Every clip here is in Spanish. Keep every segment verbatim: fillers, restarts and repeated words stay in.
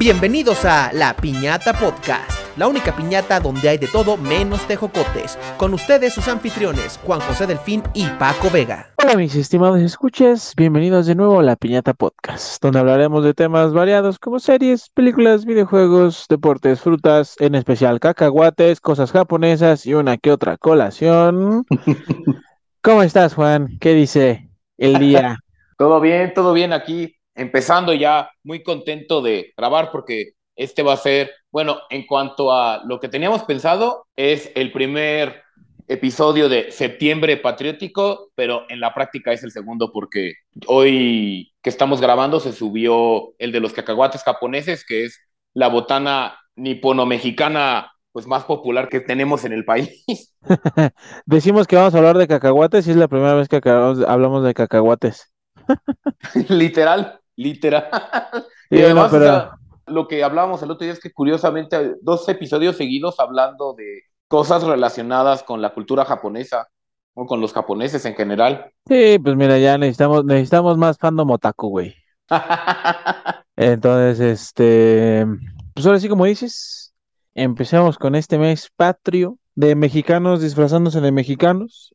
Bienvenidos a La Piñata Podcast, la única piñata donde hay de todo menos tejocotes. Con ustedes sus anfitriones, Juan José Delfín y Paco Vega. Hola mis estimados escuchas, bienvenidos de nuevo a La Piñata Podcast, donde hablaremos de temas variados como series, películas, videojuegos, deportes, frutas, en especial cacahuates, cosas japonesas y una que otra colación. ¿Cómo estás, Juan? ¿Qué dice el día? Todo bien, todo bien aquí, empezando ya, muy contento de grabar porque este va a ser, bueno, en cuanto a lo que teníamos pensado, es el primer episodio de Septiembre Patriótico, pero en la práctica es el segundo porque hoy que estamos grabando se subió el de los cacahuates japoneses, que es la botana nipono-mexicana pues más popular que tenemos en el país. Decimos que vamos a hablar de cacahuates y es la primera vez que acabamos- hablamos de cacahuates. Literal, literal. Sí, Y no, además, o pero sea, lo que hablábamos el otro día es que curiosamente hay dos episodios seguidos hablando de cosas relacionadas con la cultura japonesa o con los japoneses en general. sí, pues mira, ya necesitamos, necesitamos más fandom otaku, güey. Entonces, este, pues ahora sí, como dices, empecemos con este mes patrio de mexicanos disfrazándose de mexicanos.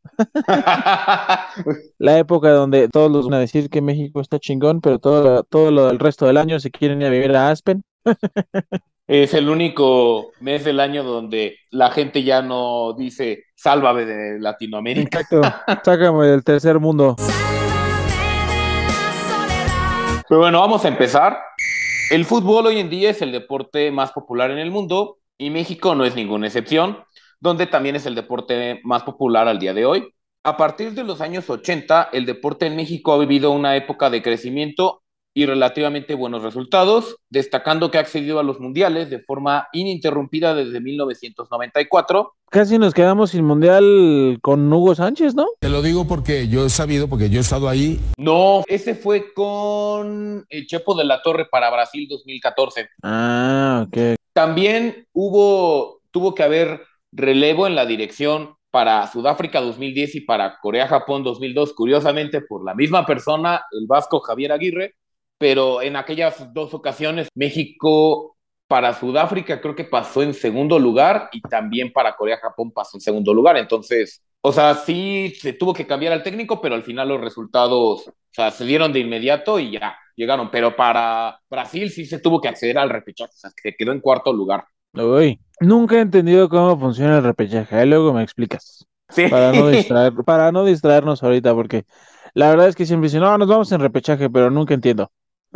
La época donde todos los van a decir que México está chingón, pero todo, todo lo del resto del año se quieren ir a vivir a Aspen. Es el único mes del año donde la gente ya no dice sálvame de Latinoamérica. Exacto, sácame del tercer mundo. Pero bueno, vamos a empezar. El fútbol hoy en día es el deporte más popular en el mundo y México no es ninguna excepción, donde también es el deporte más popular al día de hoy. A partir de los años ochenta, el deporte en México ha vivido una época de crecimiento y relativamente buenos resultados, destacando que ha accedido a los mundiales de forma ininterrumpida desde mil novecientos noventa y cuatro. Casi nos quedamos sin mundial con Hugo Sánchez, ¿no? Te lo digo porque yo he sabido, porque yo he estado ahí. No, ese fue con el Chepo de la Torre para Brasil dos mil catorce. Ah, ok. También hubo, tuvo que haber relevo en la dirección para Sudáfrica dos mil diez y para Corea-Japón dos mil dos, curiosamente por la misma persona, el vasco Javier Aguirre, pero en aquellas dos ocasiones México para Sudáfrica creo que pasó en segundo lugar y también para Corea-Japón pasó en segundo lugar, entonces, o sea, sí se tuvo que cambiar al técnico, pero al final los resultados, o sea, se dieron de inmediato y ya llegaron, pero para Brasil sí se tuvo que acceder al repechaje, o sea, que quedó en cuarto lugar. Uy, nunca he entendido cómo funciona el repechaje. Ahí luego me explicas. Sí. Para no distraer, para no distraernos ahorita, porque la verdad es que siempre dicen, no, nos vamos en repechaje, pero nunca entiendo.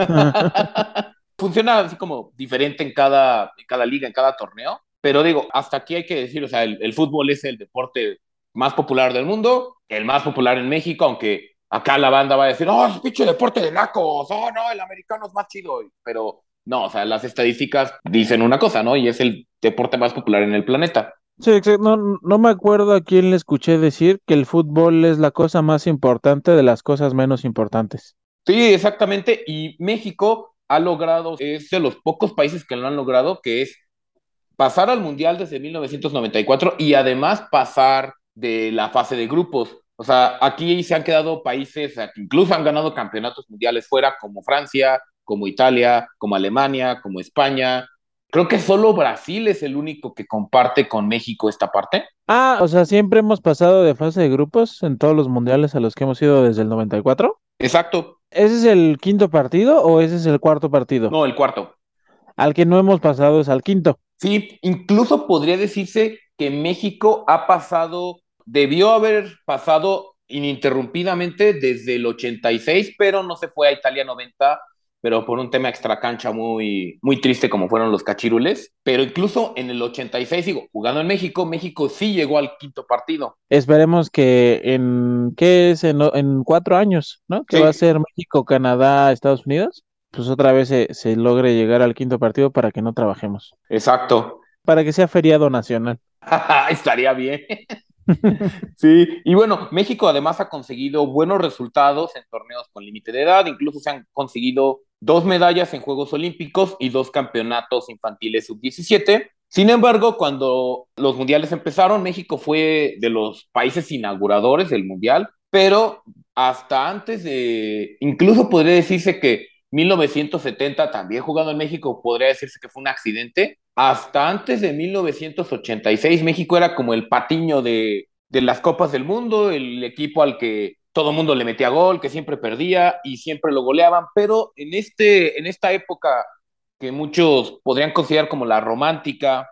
Funciona así como diferente en cada, en cada liga, en cada torneo, pero digo, hasta aquí hay que decir, o sea, el, el fútbol es el deporte más popular del mundo, el más popular en México, aunque acá la banda va a decir, oh, es pinche deporte de nacos, oh, no, el americano es más chido, pero no, o sea, las estadísticas dicen una cosa, ¿no? Y es el deporte más popular en el planeta. Sí, exacto. No, no me acuerdo a quién le escuché decir que el fútbol es la cosa más importante de las cosas menos importantes. Sí, exactamente, y México ha logrado, es de los pocos países que lo han logrado, que es pasar al Mundial desde mil novecientos noventa y cuatro y además pasar de la fase de grupos. O sea, aquí se han quedado países que incluso han ganado campeonatos mundiales fuera, como Francia, como Italia, como Alemania, como España. Creo que solo Brasil es el único que comparte con México esta parte. Ah, o sea, siempre hemos pasado de fase de grupos en todos los mundiales a los que hemos ido desde el noventa y cuatro. Exacto. ¿Ese es el quinto partido o ese es el cuarto partido? No, el cuarto. Al que no hemos pasado es al quinto. Sí, incluso podría decirse que México ha pasado, debió haber pasado ininterrumpidamente desde el ochenta y seis, pero no se fue a Italia noventa, pero por un tema extracancha muy, muy triste como fueron los cachirules. Pero incluso en el ochenta y seis, digo, jugando en México, México sí llegó al quinto partido. Esperemos que en, ¿qué es? En, en cuatro años, ¿no? Que Sí, va a ser México, Canadá, Estados Unidos. Pues otra vez se, se logre llegar al quinto partido para que no trabajemos. exacto. Para que sea feriado nacional. Estaría bien. Sí, y bueno, México además ha conseguido buenos resultados en torneos con límite de edad, incluso se han conseguido dos medallas en Juegos Olímpicos y dos campeonatos infantiles sub diecisiete. Sin embargo, cuando los mundiales empezaron, México fue de los países inauguradores del mundial, pero hasta antes de, incluso podría decirse que mil novecientos setenta, también jugando en México, podría decirse que fue un accidente. Hasta antes de mil novecientos ochenta y seis, México era como el patiño de, de las Copas del Mundo, el equipo al que todo el mundo le metía gol, que siempre perdía y siempre lo goleaban, pero en, este, en esta época que muchos podrían considerar como la romántica,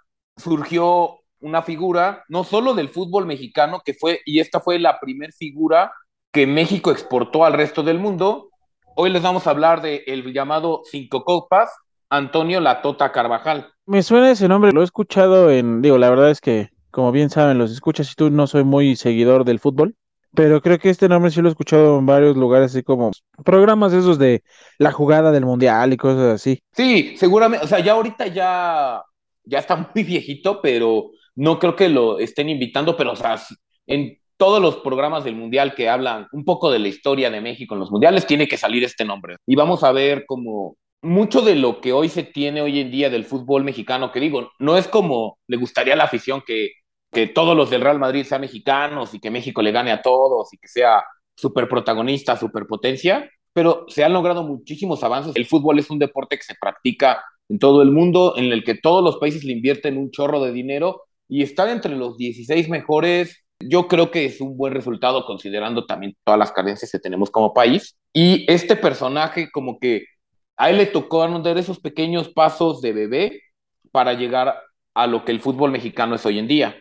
surgió una figura, no solo del fútbol mexicano, que fue, y esta fue la primer figura que México exportó al resto del mundo. Hoy les vamos a hablar de el llamado Cinco Copas, Antonio La Tota Carvajal. Me suena ese nombre, lo he escuchado en, digo, la verdad es que, como bien saben, los escuchas y tú no soy muy seguidor del fútbol, pero creo que este nombre sí lo he escuchado en varios lugares, así como programas esos de la jugada del mundial y cosas así. Sí, seguramente, o sea, ya ahorita ya, ya está muy viejito, pero no creo que lo estén invitando, pero o sea, en todos los programas del Mundial que hablan un poco de la historia de México en los mundiales, tiene que salir este nombre. Y vamos a ver como mucho de lo que hoy se tiene hoy en día del fútbol mexicano, que digo, no es como le gustaría a la afición que, que todos los del Real Madrid sean mexicanos y que México le gane a todos y que sea súper protagonista, súper potencia, pero se han logrado muchísimos avances. El fútbol es un deporte que se practica en todo el mundo, en el que todos los países le invierten un chorro de dinero y estar entre los dieciséis mejores, yo creo que es un buen resultado considerando también todas las carencias que tenemos como país. Y este personaje como que a él le tocó dar esos pequeños pasos de bebé para llegar a lo que el fútbol mexicano es hoy en día.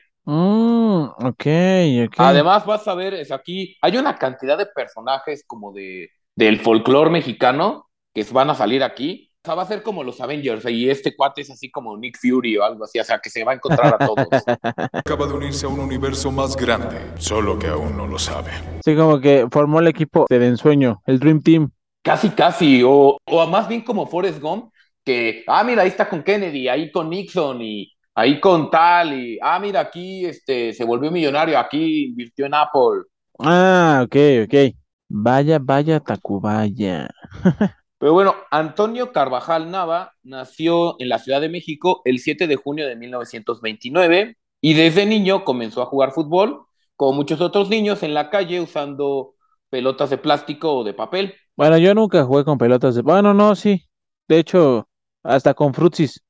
Mm, ok, ok. Además, vas a ver, es aquí, hay una cantidad de personajes como de, del folclore mexicano que van a salir aquí. O sea, va a ser como los Avengers y este cuate es así como Nick Fury o algo así, o sea, que se va a encontrar a todos. Acaba de unirse a un universo más grande, solo que aún no lo sabe. Sí, como que formó el equipo de ensueño, el Dream Team. Casi, casi, o, o más bien como Forrest Gump, que, ah, mira, ahí está con Kennedy, ahí con Nixon y ahí con tal, y, ah, mira, aquí este, se volvió millonario, aquí invirtió en Apple. Ah, ok, ok. Vaya, vaya, Tacubaya. Pero bueno, Antonio Carvajal Nava nació en la Ciudad de México el siete de junio de mil novecientos veintinueve y desde niño comenzó a jugar fútbol, como muchos otros niños, en la calle usando pelotas de plástico o de papel. Bueno, yo nunca jugué con pelotas de... Bueno, no, sí. De hecho, hasta con frutsis.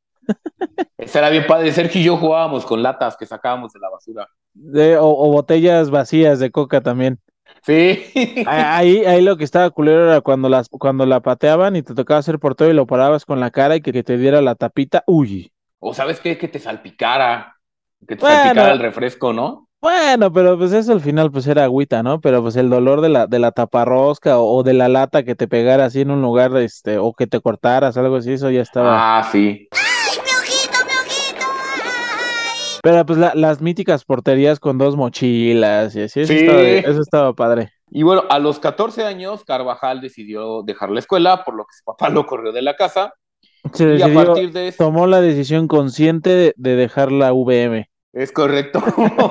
Eso era bien padre. Sergio y yo jugábamos con latas que sacábamos de la basura. De, o, o botellas vacías de coca también. Sí. A- Ahí, ahí lo que estaba culero era cuando las, cuando la pateaban y te tocaba hacer portero y lo parabas con la cara y que, que te diera la tapita. Uy. O sabes qué, que te salpicara, que te salpicara Bueno, el refresco, ¿no? bueno, pero pues eso al final pues era agüita, ¿no? Pero pues el dolor de la, de la taparrosca o, o de la lata que te pegara así en un lugar, este, o que te cortaras, algo así, eso ya estaba. Ah, sí. Pero pues la- las míticas porterías con dos mochilas y así, eso estaba, Sí. eso estaba padre. Y bueno, a los catorce años, Carvajal decidió dejar la escuela, por lo que su papá lo corrió de la casa. Se Y a decidió, partir de eso, tomó la decisión consciente de, de dejar la V M. es correcto.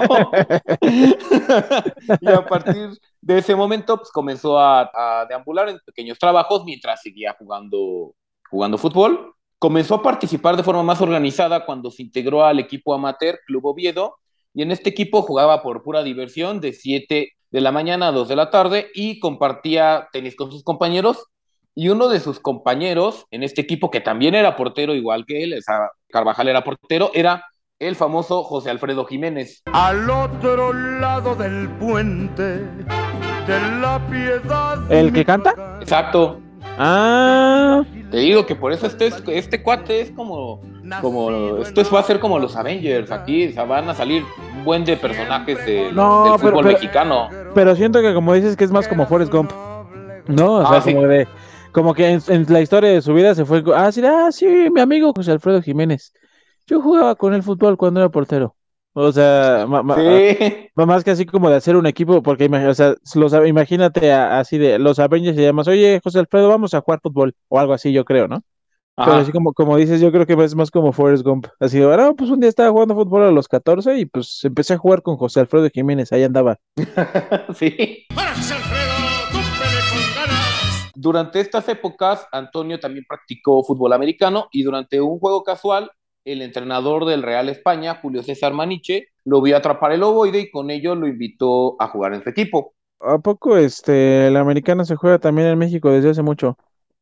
Y a partir de ese momento, pues comenzó a, a deambular en pequeños trabajos mientras seguía jugando, jugando fútbol. Comenzó a participar de forma más organizada cuando se integró al equipo amateur Club Oviedo, y en este equipo jugaba por pura diversión de siete de la mañana a dos de la tarde y compartía tenis con sus compañeros. Y uno de sus compañeros en este equipo, que también era portero igual que él, o sea, Carvajal era portero, era el famoso José Alfredo Jiménez. Al otro lado del puente de la piedad. ¿El que canta? Exacto. Ah, Te digo que por eso este, es- este cuate es como, como, esto es- va a ser como los Avengers aquí, o sea, van a salir un buen de personajes de- No, del pero- fútbol pero- mexicano. pero siento que como dices que es más como Forrest Gump. No, o sea, Ah, sí. como de, como que en, en la historia de su vida se fue, ah, sí, ah, sí, mi amigo José Alfredo Jiménez. Yo jugaba con el fútbol cuando era portero. O sea, ma- ma- Sí, ma- más que así como de hacer un equipo, porque ima- o sea, los, imagínate a- así de los Avengers y llamas, oye, José Alfredo, vamos a jugar fútbol, o algo así, yo creo, ¿no? Pero así ajá. como, como dices, yo creo que es más como Forrest Gump. Así de, bueno, pues un día estaba jugando fútbol a los catorce y pues empecé a jugar con José Alfredo Jiménez, ahí andaba. Sí. ¡Para, José Alfredo! ¡Cúmpele con ganas! Durante estas épocas, Antonio también practicó fútbol americano y durante un juego casual, el entrenador del Real España, Julio César Maniche, lo vio atrapar el ovoide y con ello lo invitó a jugar en su equipo. ¿A poco este, el americano se juega también en México desde hace mucho?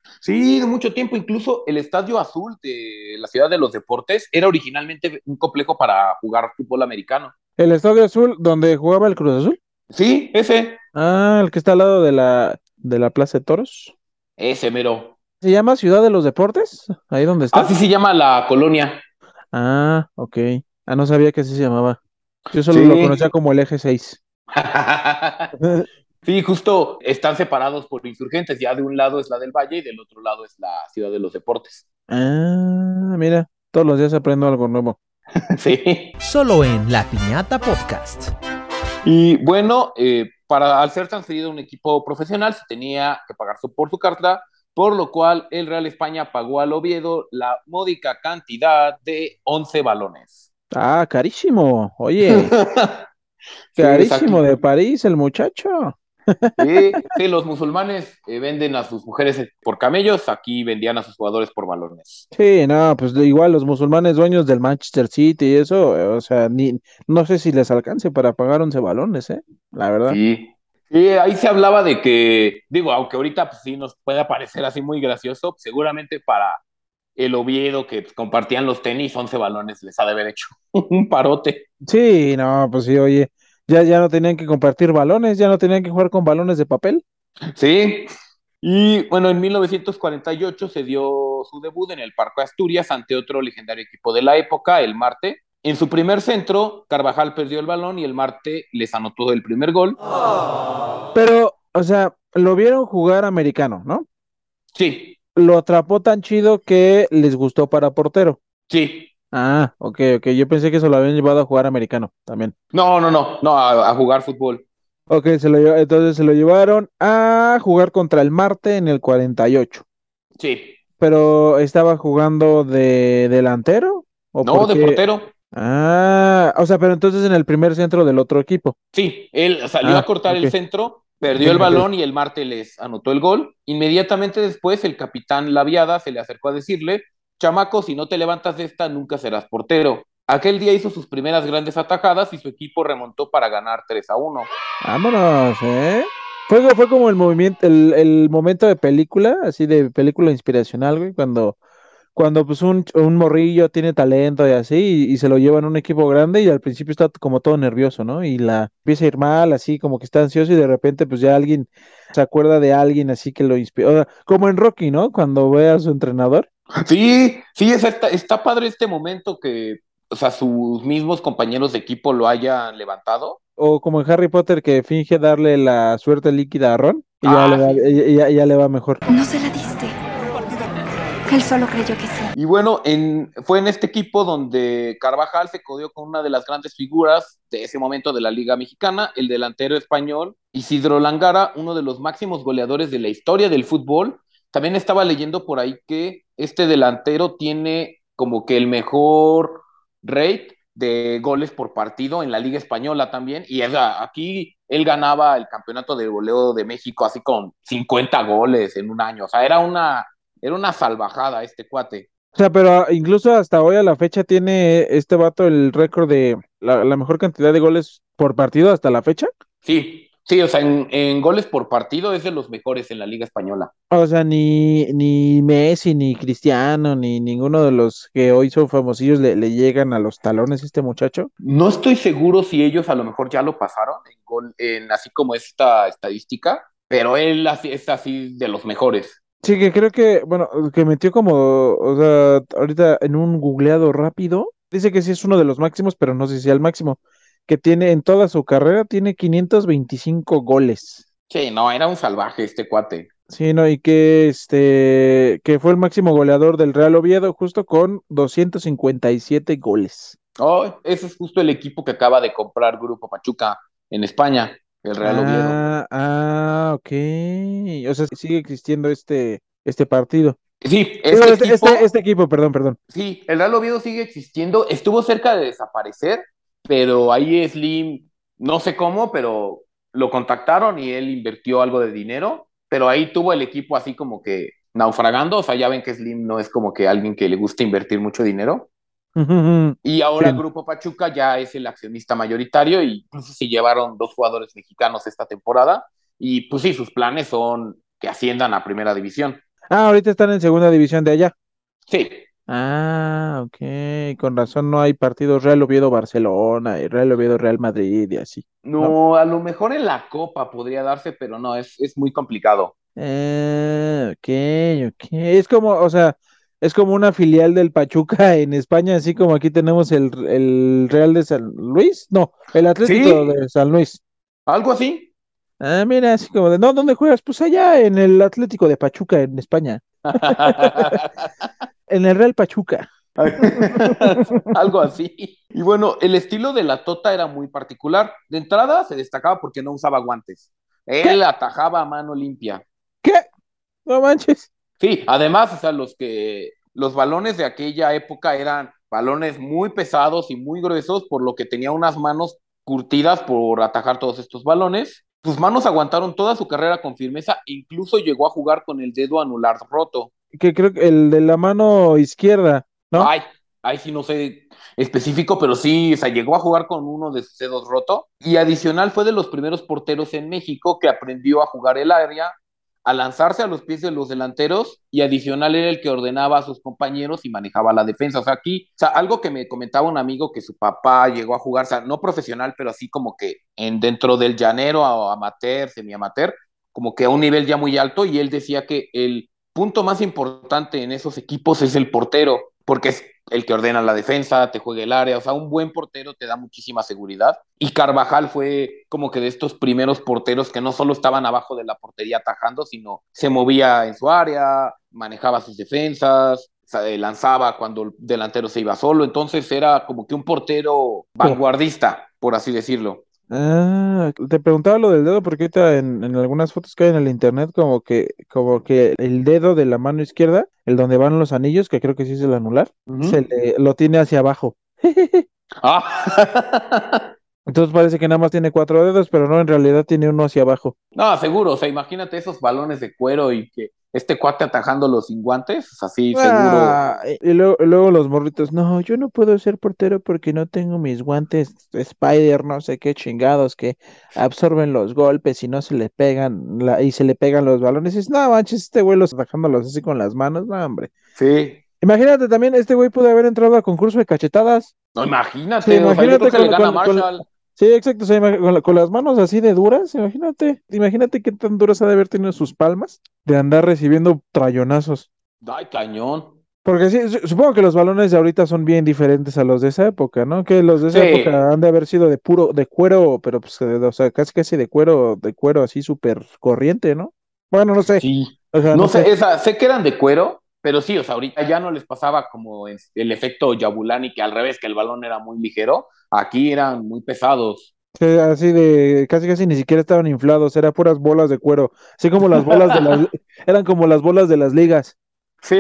Sí, de mucho tiempo. Incluso el Estadio Azul de la Ciudad de los Deportes era originalmente un complejo para jugar fútbol americano. El Estadio Azul, donde jugaba el Cruz Azul. Sí, ese, Ah, el que está al lado de la, de la Plaza de Toros. ese mero. ¿Se llama Ciudad de los Deportes? ¿Ahí donde está? Así se llama la colonia. Ah, ok. Ah, no sabía que así se llamaba. Yo solo lo conocía Sí. como el Eje seis. Sí, justo están separados por insurgentes. Ya de un lado es la del Valle y del otro lado es la Ciudad de los Deportes. Ah, mira, todos los días aprendo algo nuevo. Sí. Solo en La Piñata Podcast. Y bueno, eh, para al ser transferido a un equipo profesional se tenía que pagar su- por su carta, por lo cual el Real España pagó al Oviedo la módica cantidad de once balones. Ah, carísimo. Oye, Sí, exacto. carísimo de París el muchacho. Sí, sí, los musulmanes eh, venden a sus mujeres por camellos, aquí vendían a sus jugadores por balones. Sí, no, pues igual los musulmanes dueños del Manchester City y eso, eh, o sea, ni, no sé si les alcance para pagar once balones, ¿eh? La verdad. Sí. Sí, ahí se hablaba de que, digo, aunque ahorita pues, sí nos puede parecer así muy gracioso, seguramente para el Oviedo que pues, compartían los tenis, once balones les ha de haber hecho un parote. Sí, no, pues sí, oye, ya, ya no tenían que compartir balones, ya no tenían que jugar con balones de papel. Sí, y bueno, en mil novecientos cuarenta y ocho se dio su debut en el Parque Asturias ante otro legendario equipo de la época, el Marte. En su primer centro, Carvajal perdió el balón y el Marte les anotó el primer gol. Pero, o sea, lo vieron jugar americano, ¿no? Sí, Lo atrapó tan chido que les gustó para portero. sí. Ah, ok, ok, yo pensé que se lo habían llevado a jugar americano también. No, no, no, no, a, a jugar fútbol. Ok, se lo, lle- entonces se lo llevaron a jugar contra el Marte en el cuarenta y ocho. Sí. Pero ¿estaba jugando de delantero? ¿O No, por de qué? portero. Ah, o sea, pero entonces en el primer centro del otro equipo. Sí, él salió a Ah, cortar ok, el centro, ok, perdió el ok. balón y el Marte les anotó el gol. Inmediatamente después, el capitán Laviada se le acercó a decirle: chamaco, si no te levantas de esta, nunca serás portero. Aquel día hizo sus primeras grandes atajadas y su equipo remontó para ganar tres a uno. Vámonos, ¿eh? Fue, fue como el movimiento, el, el momento de película, así de película inspiracional, güey, cuando, cuando pues un, un morrillo tiene talento y así, y, y se lo llevan a un equipo grande y al principio está como todo nervioso, ¿no? Y la empieza a ir mal, así como que está ansioso y de repente pues ya alguien se acuerda de alguien así que lo inspira, o sea, como en Rocky, ¿no? Cuando ve a su entrenador. Sí, sí, es- está, está padre este momento que, o sea, sus mismos compañeros de equipo lo hayan levantado. O como en Harry Potter que finge darle la suerte líquida a Ron y ya le Ah, va, sí. y- y- ya le va mejor. No se la diste. Él solo creyó que sí. Y bueno, en, fue en este equipo donde Carvajal se codió con una de las grandes figuras de ese momento de la Liga Mexicana, el delantero español Isidro Langara, uno de los máximos goleadores de la historia del fútbol. También estaba leyendo por ahí que este delantero tiene como que el mejor rate de goles por partido en la Liga Española también. Y es, aquí él ganaba el campeonato de goleo de México así con cincuenta goles en un año. O sea, era una era una salvajada este cuate. O sea, pero incluso hasta hoy a la fecha tiene este vato el récord de la, la mejor cantidad de goles por partido hasta la fecha. Sí, sí, o sea, en, en goles por partido es de los mejores en la Liga Española. O sea, ni, ni Messi, ni Cristiano, ni ninguno de los que hoy son famosillos le, le llegan a los talones a este muchacho. No estoy seguro si ellos a lo mejor ya lo pasaron en gol, en así como esta estadística, pero él así, es así de los mejores. Sí, que creo que, bueno, que metió como, o sea, ahorita en un googleado rápido, dice que sí es uno de los máximos, pero no sé si sea el máximo, que tiene en toda su carrera, tiene quinientos veinticinco goles. Sí, no, era un salvaje este cuate. Sí, no, y que este, que fue el máximo goleador del Real Oviedo, justo con doscientos cincuenta y siete goles. Oh, ese es justo el equipo que acaba de comprar Grupo Pachuca en España, el Real Oviedo. Ah, ah, ok. O sea, sigue existiendo este, este partido. Sí, Digo, este este, equipo, este, este equipo, perdón, perdón. sí, el Real Oviedo sigue existiendo, estuvo cerca de desaparecer, pero ahí Slim, no sé cómo, pero lo contactaron y él invirtió algo de dinero, pero ahí tuvo el equipo así como que naufragando, o sea, ya ven que Slim no es como que alguien que le gusta invertir mucho dinero, y ahora Sí. Grupo Pachuca ya es el accionista mayoritario y incluso se llevaron dos jugadores mexicanos esta temporada, y pues sí, sus planes son que asciendan a Primera División. Ah, ahorita están en segunda división de allá. Sí. Ah, ok. Con razón no hay partidos Real Oviedo-Barcelona y Real Oviedo-Real Madrid y así, ¿no? No, a lo mejor en la Copa podría darse, pero no, es, es muy complicado. Ah, ok, ok. Es como, o sea, es como una filial del Pachuca en España, así como aquí tenemos el, el Real de San Luis. No, el Atlético Sí, de San Luis. algo así. Ah, mira, así como de, no, ¿dónde juegas? Pues allá en el Atlético de Pachuca en España. En el Real Pachuca. Algo así. Y bueno, el estilo de la Tota era muy particular. De entrada se destacaba porque no usaba guantes. ¿Qué? Él atajaba a mano limpia. ¿Qué? No manches. Sí, además, o sea, los que los balones de aquella época eran balones muy pesados y muy gruesos, por lo que tenía unas manos curtidas por atajar todos estos balones. Sus manos aguantaron toda su carrera con firmeza, e incluso llegó a jugar con el dedo anular roto. Que creo que el de la mano izquierda, ¿no? Ay, ay, sí, no sé específico, pero sí, o sea, llegó a jugar con uno de sus dedos roto. Y adicional, fue de los primeros porteros en México que aprendió a jugar el área, a lanzarse a los pies de los delanteros, y adicional era el que ordenaba a sus compañeros y manejaba la defensa. O sea, aquí, o sea, algo que me comentaba un amigo que su papá llegó a jugar, o sea, no profesional, pero así como que en dentro del llanero, a amateur, semi-amateur, como que a un nivel ya muy alto, y él decía que el punto más importante en esos equipos es el portero, porque es el que ordena la defensa, te juega el área, o sea, un buen portero te da muchísima seguridad. Y Carvajal fue como que de estos primeros porteros que no solo estaban abajo de la portería atajando, sino se movía en su área, manejaba sus defensas, lanzaba cuando el delantero se iba solo, entonces era como que un portero vanguardista, por así decirlo. Ah, te preguntaba lo del dedo porque ahorita en, en algunas fotos que hay en el internet como que, como que el dedo de la mano izquierda, el donde van los anillos, que creo que sí es el anular, Uh se -huh. le, lo tiene hacia abajo. Ah. Entonces parece que nada más tiene cuatro dedos, pero no, en realidad tiene uno hacia abajo. No, seguro, o sea, imagínate esos balones de cuero y que este cuate atajándolos sin guantes, así seguro. Ah, y luego, luego los morritos, no, yo no puedo ser portero porque no tengo mis guantes Spider, no sé qué chingados que absorben los golpes y no se le pegan la, y se le pegan los balones. Y dices, no manches, este güey los atajándolos así con las manos, no, hombre. Sí. Imagínate también, este güey pudo haber entrado a concurso de cachetadas. No, Sí, imagínate, o sea, yo creo imagínate que le con, gana a con, con- Marshall. sí, exacto, o sea, ima- con, la- con las manos así de duras, imagínate, imagínate qué tan duras ha de haber tenido sus palmas de andar recibiendo trayonazos. Ay, cañón. Porque sí, su- supongo que los balones de ahorita son bien diferentes a los de esa época, ¿no? Que los de esa Sí, época han de haber sido de puro, de cuero, pero pues, de- o sea, casi casi de cuero, de cuero así súper corriente, ¿no? Bueno, no sé, sí. o sea, no No sé, sé. esa, sé que eran de cuero, pero sí, o sea, ahorita ya no les pasaba como el, el efecto Yabulani, que al revés, que el balón era muy ligero. Aquí eran muy pesados. Sí, así de, casi casi ni siquiera estaban inflados, eran puras bolas de cuero, así como las bolas de las, eran como las bolas de las ligas. Sí.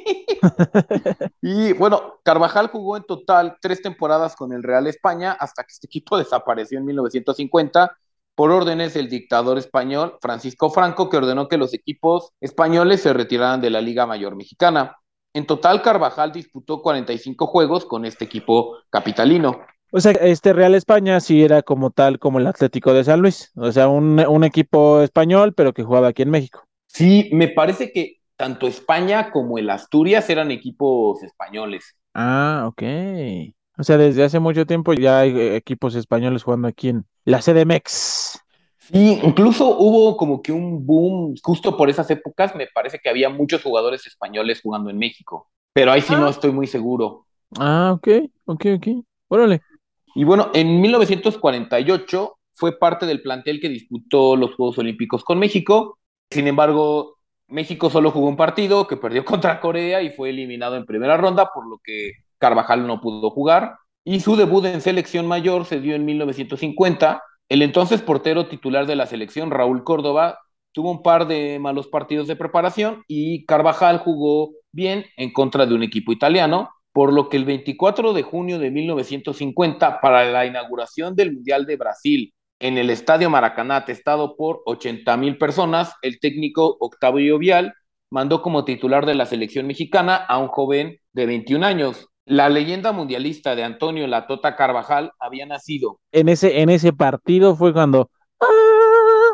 Y bueno, Carvajal jugó en total tres temporadas con el Real España hasta que este equipo desapareció en mil novecientos cincuenta por órdenes del dictador español Francisco Franco, que ordenó que los equipos españoles se retiraran de la Liga Mayor Mexicana. En total, Carvajal disputó cuarenta y cinco juegos con este equipo capitalino. O sea, este Real España sí era como tal como el Atlético de San Luis, o sea, un, un equipo español, pero que jugaba aquí en México. Sí, me parece que tanto España como el Asturias eran equipos españoles. Ah, ok. O sea, desde hace mucho tiempo ya hay eh, equipos españoles jugando aquí en la C D M X. Sí, incluso hubo como que un boom justo por esas épocas, me parece que había muchos jugadores españoles jugando en México, pero ahí sí no Ah, estoy muy seguro. ah, ok, ok, ok. Órale. Y bueno, en mil novecientos cuarenta y ocho fue parte del plantel que disputó los Juegos Olímpicos con México. Sin embargo, México solo jugó un partido que perdió contra Corea y fue eliminado en primera ronda, por lo que Carvajal no pudo jugar. Y su debut en selección mayor se dio en mil novecientos cincuenta. El entonces portero titular de la selección, Raúl Córdoba, tuvo un par de malos partidos de preparación y Carvajal jugó bien en contra de un equipo italiano, por lo que el veinticuatro de junio de mil novecientos cincuenta, para la inauguración del Mundial de Brasil en el Estadio Maracaná, atestado por ochenta mil personas, el técnico Octavio Vial mandó como titular de la selección mexicana a un joven de veintiún años. La leyenda mundialista de Antonio La Tota Carvajal había nacido. En ese, en ese partido fue cuando. ¡Ah!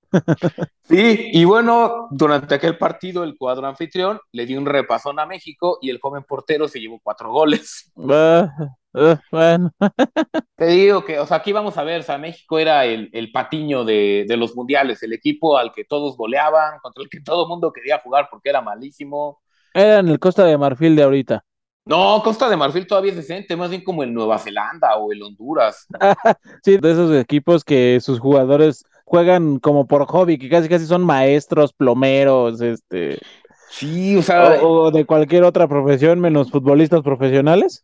Sí, y bueno, durante aquel partido el cuadro anfitrión le dio un repasón a México y el joven portero se llevó cuatro goles. Ah, ah, bueno, Te digo que, o sea, aquí vamos a ver, o sea, México era el, el patiño de, de los mundiales, el equipo al que todos goleaban, contra el que todo el mundo quería jugar porque era malísimo. era en el Costa de Marfil de ahorita. No, Costa de Marfil todavía es decente, más bien como el Nueva Zelanda o el Honduras. Sí, de esos equipos que sus jugadores juegan como por hobby, que casi casi son maestros, plomeros, este, Sí, o sea, o, o de cualquier otra profesión menos futbolistas profesionales.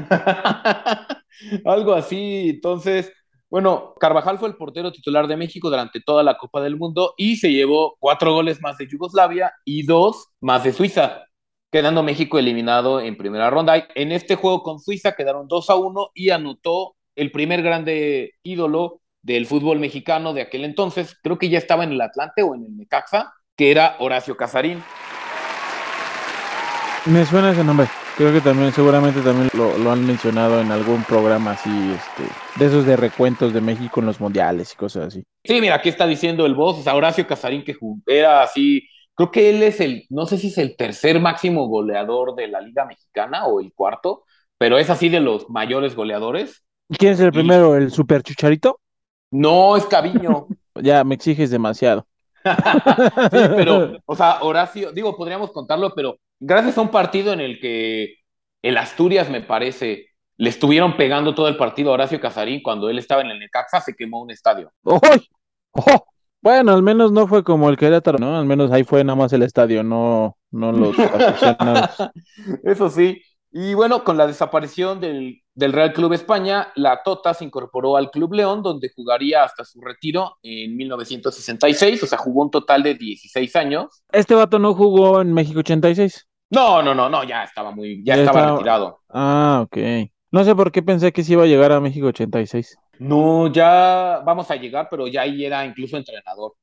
algo así. Entonces, bueno, Carvajal fue el portero titular de México durante toda la Copa del Mundo y se llevó cuatro goles más de Yugoslavia y dos más de Suiza, quedando México eliminado en primera ronda. En este juego con Suiza quedaron dos a uno y anotó el primer grande ídolo del fútbol mexicano de aquel entonces. Creo que ya estaba en el Atlante o en el Necaxa, que era Horacio Casarín. Me suena ese nombre. Creo que también, seguramente también lo, lo han mencionado en algún programa así, este, de esos de recuentos de México en los mundiales y cosas así. Sí, mira, aquí está diciendo el boss, o sea, Horacio Casarín, que era así, creo que él es el, no sé si es el tercer máximo goleador de la Liga Mexicana o el cuarto, pero es así de los mayores goleadores. ¿Quién es el Y primero? ¿El Super Chucharito? no es Caviño. Ya me exiges demasiado. Sí, pero, o sea, Horacio, digo, podríamos contarlo, pero gracias a un partido en el que el Asturias, me parece, le estuvieron pegando todo el partido a Horacio Casarín cuando él estaba en el Necaxa, se quemó un estadio. ¡Uy! ¡Oh! Bueno, al menos no fue como el Querétaro, ¿no? Al menos ahí fue nada más el estadio, no, no los aficionados. Eso sí. Y bueno, con la desaparición del, del Real Club España, la Tota se incorporó al Club León, donde jugaría hasta su retiro en mil novecientos sesenta y seis, o sea, jugó un total de dieciséis años. Este vato no jugó en México ochenta y seis. No, no, no, no, ya estaba muy, ya Ya estaba estaba. retirado. Ah, ok. No sé por qué pensé que sí iba a llegar a México ochenta y seis. No, ya vamos a llegar, pero ya ahí era incluso entrenador.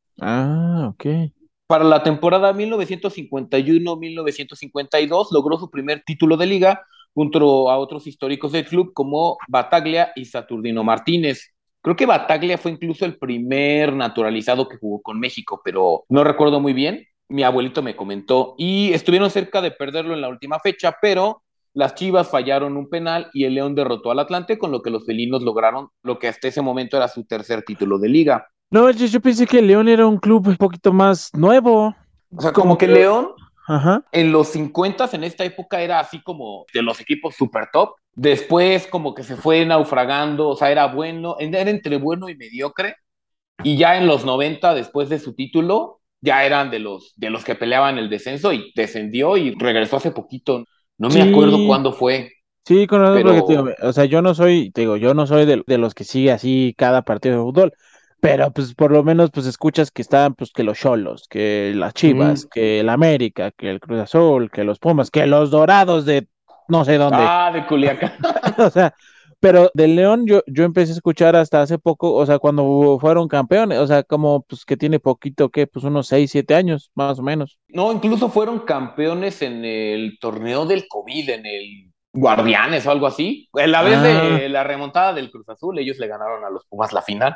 Ah, ok. Para la temporada mil novecientos cincuenta y uno mil novecientos cincuenta y dos logró su primer título de liga junto a otros históricos del club como Bataglia y Saturnino Martínez. Creo que Bataglia fue incluso el primer naturalizado que jugó con México, pero no recuerdo muy bien. Mi abuelito me comentó y estuvieron cerca de perderlo en la última fecha, pero las Chivas fallaron un penal y el León derrotó al Atlante, con lo que los felinos lograron lo que hasta ese momento era su tercer título de liga. No, yo, yo pensé que León era un club un poquito más nuevo. O sea, Como como que que. León Ajá. en los cincuenta, en esta época, era así como de los equipos super top. Después, como que se fue naufragando, o sea, era bueno, era entre bueno y mediocre. Y ya en los noventa, después de su título, ya eran de los, de los que peleaban el descenso y descendió y regresó hace poquito. No me acuerdo Sí, cuándo fue, sí, con razón, porque te digo, pero o sea, yo no soy, te digo, yo no soy de, de los que sigue así cada partido de fútbol, pero pues por lo menos pues escuchas que están pues que los Cholos, que las Chivas, mm, que el América, que el Cruz Azul, que los Pumas, que los Dorados de no sé dónde. ah, de Culiacán. O sea, pero del León yo, yo empecé a escuchar hasta hace poco, o sea, cuando fueron campeones, o sea, como pues que tiene poquito, que pues unos seis, siete años, más o menos. No, incluso fueron campeones en el torneo del COVID, en el Guardianes o algo así. En la vez Ah, de la remontada del Cruz Azul, ellos le ganaron a los Pumas la final.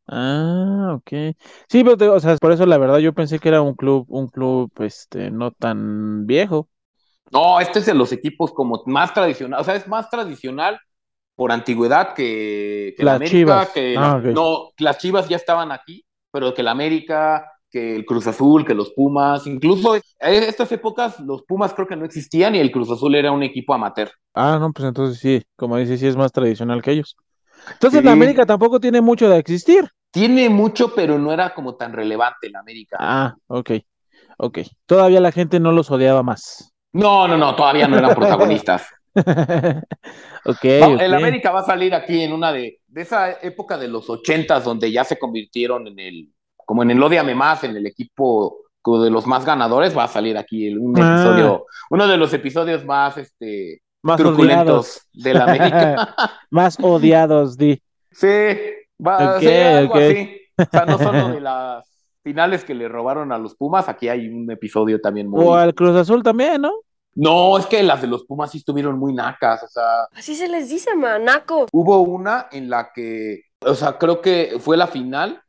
ah, ok. Sí, pero te- o sea, por eso la verdad yo pensé que era un club, un club, este, no tan viejo. No, este es de los equipos como más tradicional, o sea, es más tradicional por antigüedad que, que el Las América, Chivas. que Ah, la, ok. no, las Chivas ya estaban aquí, pero que el América, que el Cruz Azul, que los Pumas, incluso en estas épocas los Pumas creo que no existían y el Cruz Azul era un equipo amateur. Ah, no, pues entonces sí, como dices, sí es más tradicional que ellos. Entonces la América Sí, tampoco tiene mucho de existir. tiene mucho, pero no era como tan relevante el América. Ah, ok, ok. Todavía la gente no los odiaba más. No, no, no, todavía no eran protagonistas. Ok, Va- el ok. América va a salir aquí en una de, de esa época de los ochentas donde ya se convirtieron en el, como en el Ódiame Más, en el equipo como de los más ganadores, va a salir aquí el- un Ah, episodio, uno de los episodios más este, más odiados. truculentos del América. Más odiados, di. Sí, va, Ok, sí, algo ok. así. O sea, no solo de las finales que le robaron a los Pumas, aquí hay un episodio también O muy... al Cruz Azul también, ¿no? No, es que las de los Pumas sí estuvieron muy nacas, o sea, Así se les dice, manaco. hubo una en la que, o sea, creo que fue la final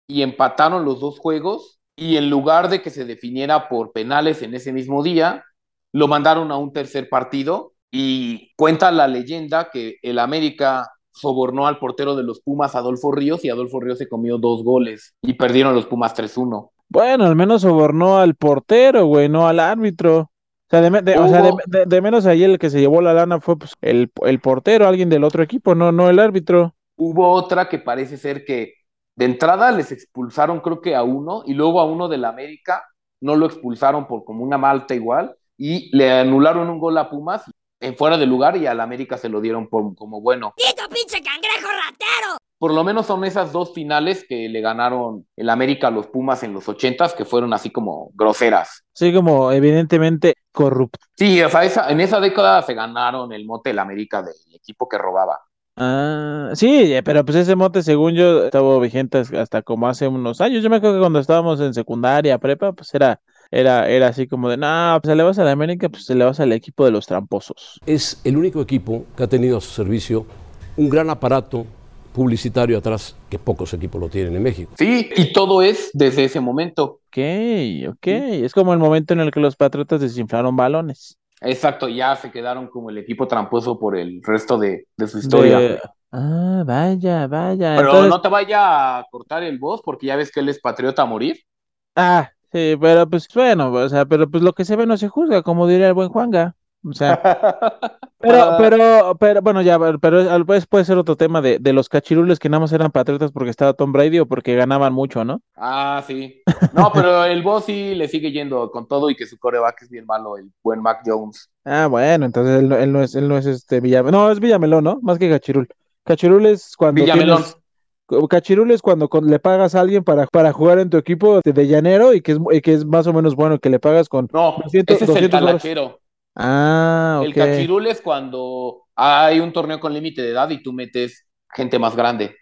y empataron los dos juegos, y en lugar de que se definiera por penales en ese mismo día, lo mandaron a un tercer partido, y cuenta la leyenda que el América sobornó al portero de los Pumas, Adolfo Ríos, y Adolfo Ríos se comió dos goles, y perdieron los Pumas tres uno. Bueno, al menos sobornó al portero, güey, no al árbitro. O sea, de, de, o sea, de, de, de menos ahí el que se llevó la lana fue pues, el, el portero, alguien del otro equipo, no, no el árbitro. Hubo otra que parece ser que de entrada les expulsaron creo que a uno, y luego a uno del América no lo expulsaron por como una malta igual, y le anularon un gol a Pumas en fuera de lugar, y al América se lo dieron por, como bueno. ¡Tito, pinche cangrejo ratero! Por lo menos son esas dos finales que le ganaron el América a los Pumas en los ochentas, que fueron así como groseras. Sí, como evidentemente corrupto. Sí, o sea, esa, en esa década se ganaron el mote del América del equipo que robaba. Ah, sí, pero pues ese mote, según yo, estaba vigente hasta como hace unos años. Yo me acuerdo que cuando estábamos en secundaria, prepa, pues era, era, era así como de, no, pues se le vas a la América, pues se le vas al equipo de los tramposos. Es el único equipo que ha tenido a su servicio un gran aparato publicitario atrás, que pocos equipos lo tienen en México. Sí, y todo es desde ese momento. Ok, ok, sí. Es como el momento en el que los Patriotas desinflaron balones. Exacto, ya se quedaron como el equipo tramposo por el resto de, de su historia. De... Ah, vaya, vaya. Pero entonces... no te vaya a cortar el voz, porque ya ves que él es patriota a morir. Ah, sí, pero pues bueno, o sea, pero pues lo que se ve no se juzga, como diría el buen Juanga. O sea, pero, pero, pero, bueno, ya, pero pues puede ser otro tema de, de los cachirules que nada más eran patriotas porque estaba Tom Brady o porque ganaban mucho, ¿no? Ah, sí. No, pero el boss sí le sigue yendo con todo y que su coreback es bien malo, el buen Mac Jones. Ah, bueno, entonces él, él no es, él no es este Villamelón, no, es Villamelón, ¿no? Más que Cachirul. Cachirul es cuando Villamelón. Tienes... Cachirul es cuando con, le pagas a alguien para, para jugar en tu equipo de, de llanero y que, es, y que es más o menos bueno, que le pagas con... No, doscientos, ese es doscientos el talachero. Ah, ok. El cachirul es cuando hay un torneo con límite de edad y tú metes gente más grande.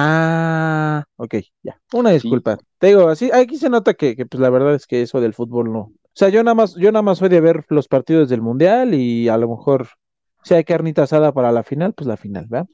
Ah, ok, ya. Una disculpa. Sí. Te digo, así, aquí se nota que, que pues la verdad es que eso del fútbol no. O sea, yo nada más, yo nada más soy de ver los partidos del mundial y a lo mejor si hay carnita asada para la final, pues la final, ¿verdad?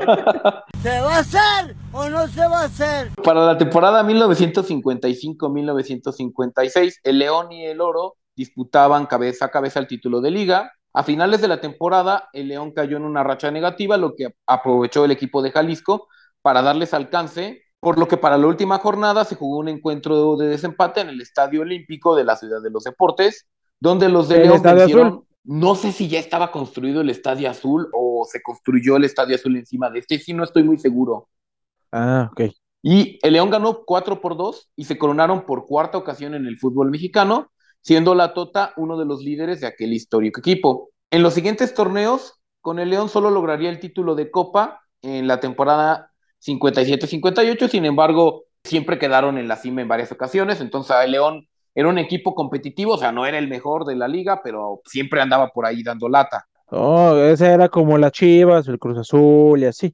¿Se va a hacer o no se va a hacer? Para la temporada mil novecientos cincuenta y cinco mil novecientos cincuenta y seis, el León y el Oro disputaban cabeza a cabeza el título de liga. A finales de la temporada, el León cayó en una racha negativa, lo que aprovechó el equipo de Jalisco para darles alcance, por lo que para la última jornada se jugó un encuentro de desempate en el Estadio Olímpico de la Ciudad de los Deportes, donde los de León vencieron. Azul. No sé si ya estaba construido el Estadio Azul o se construyó el Estadio Azul encima de este, sí, no estoy muy seguro. Ah, ok. Y el León ganó cuatro por dos y se coronaron por cuarta ocasión en el fútbol mexicano, siendo la Tota uno de los líderes de aquel histórico equipo. En los siguientes torneos, con el León solo lograría el título de Copa en la temporada cincuenta y siete cincuenta y ocho, sin embargo, siempre quedaron en la cima en varias ocasiones, entonces el León era un equipo competitivo, o sea, no era el mejor de la liga, pero siempre andaba por ahí dando lata. Oh, esa era como las Chivas, el Cruz Azul y así.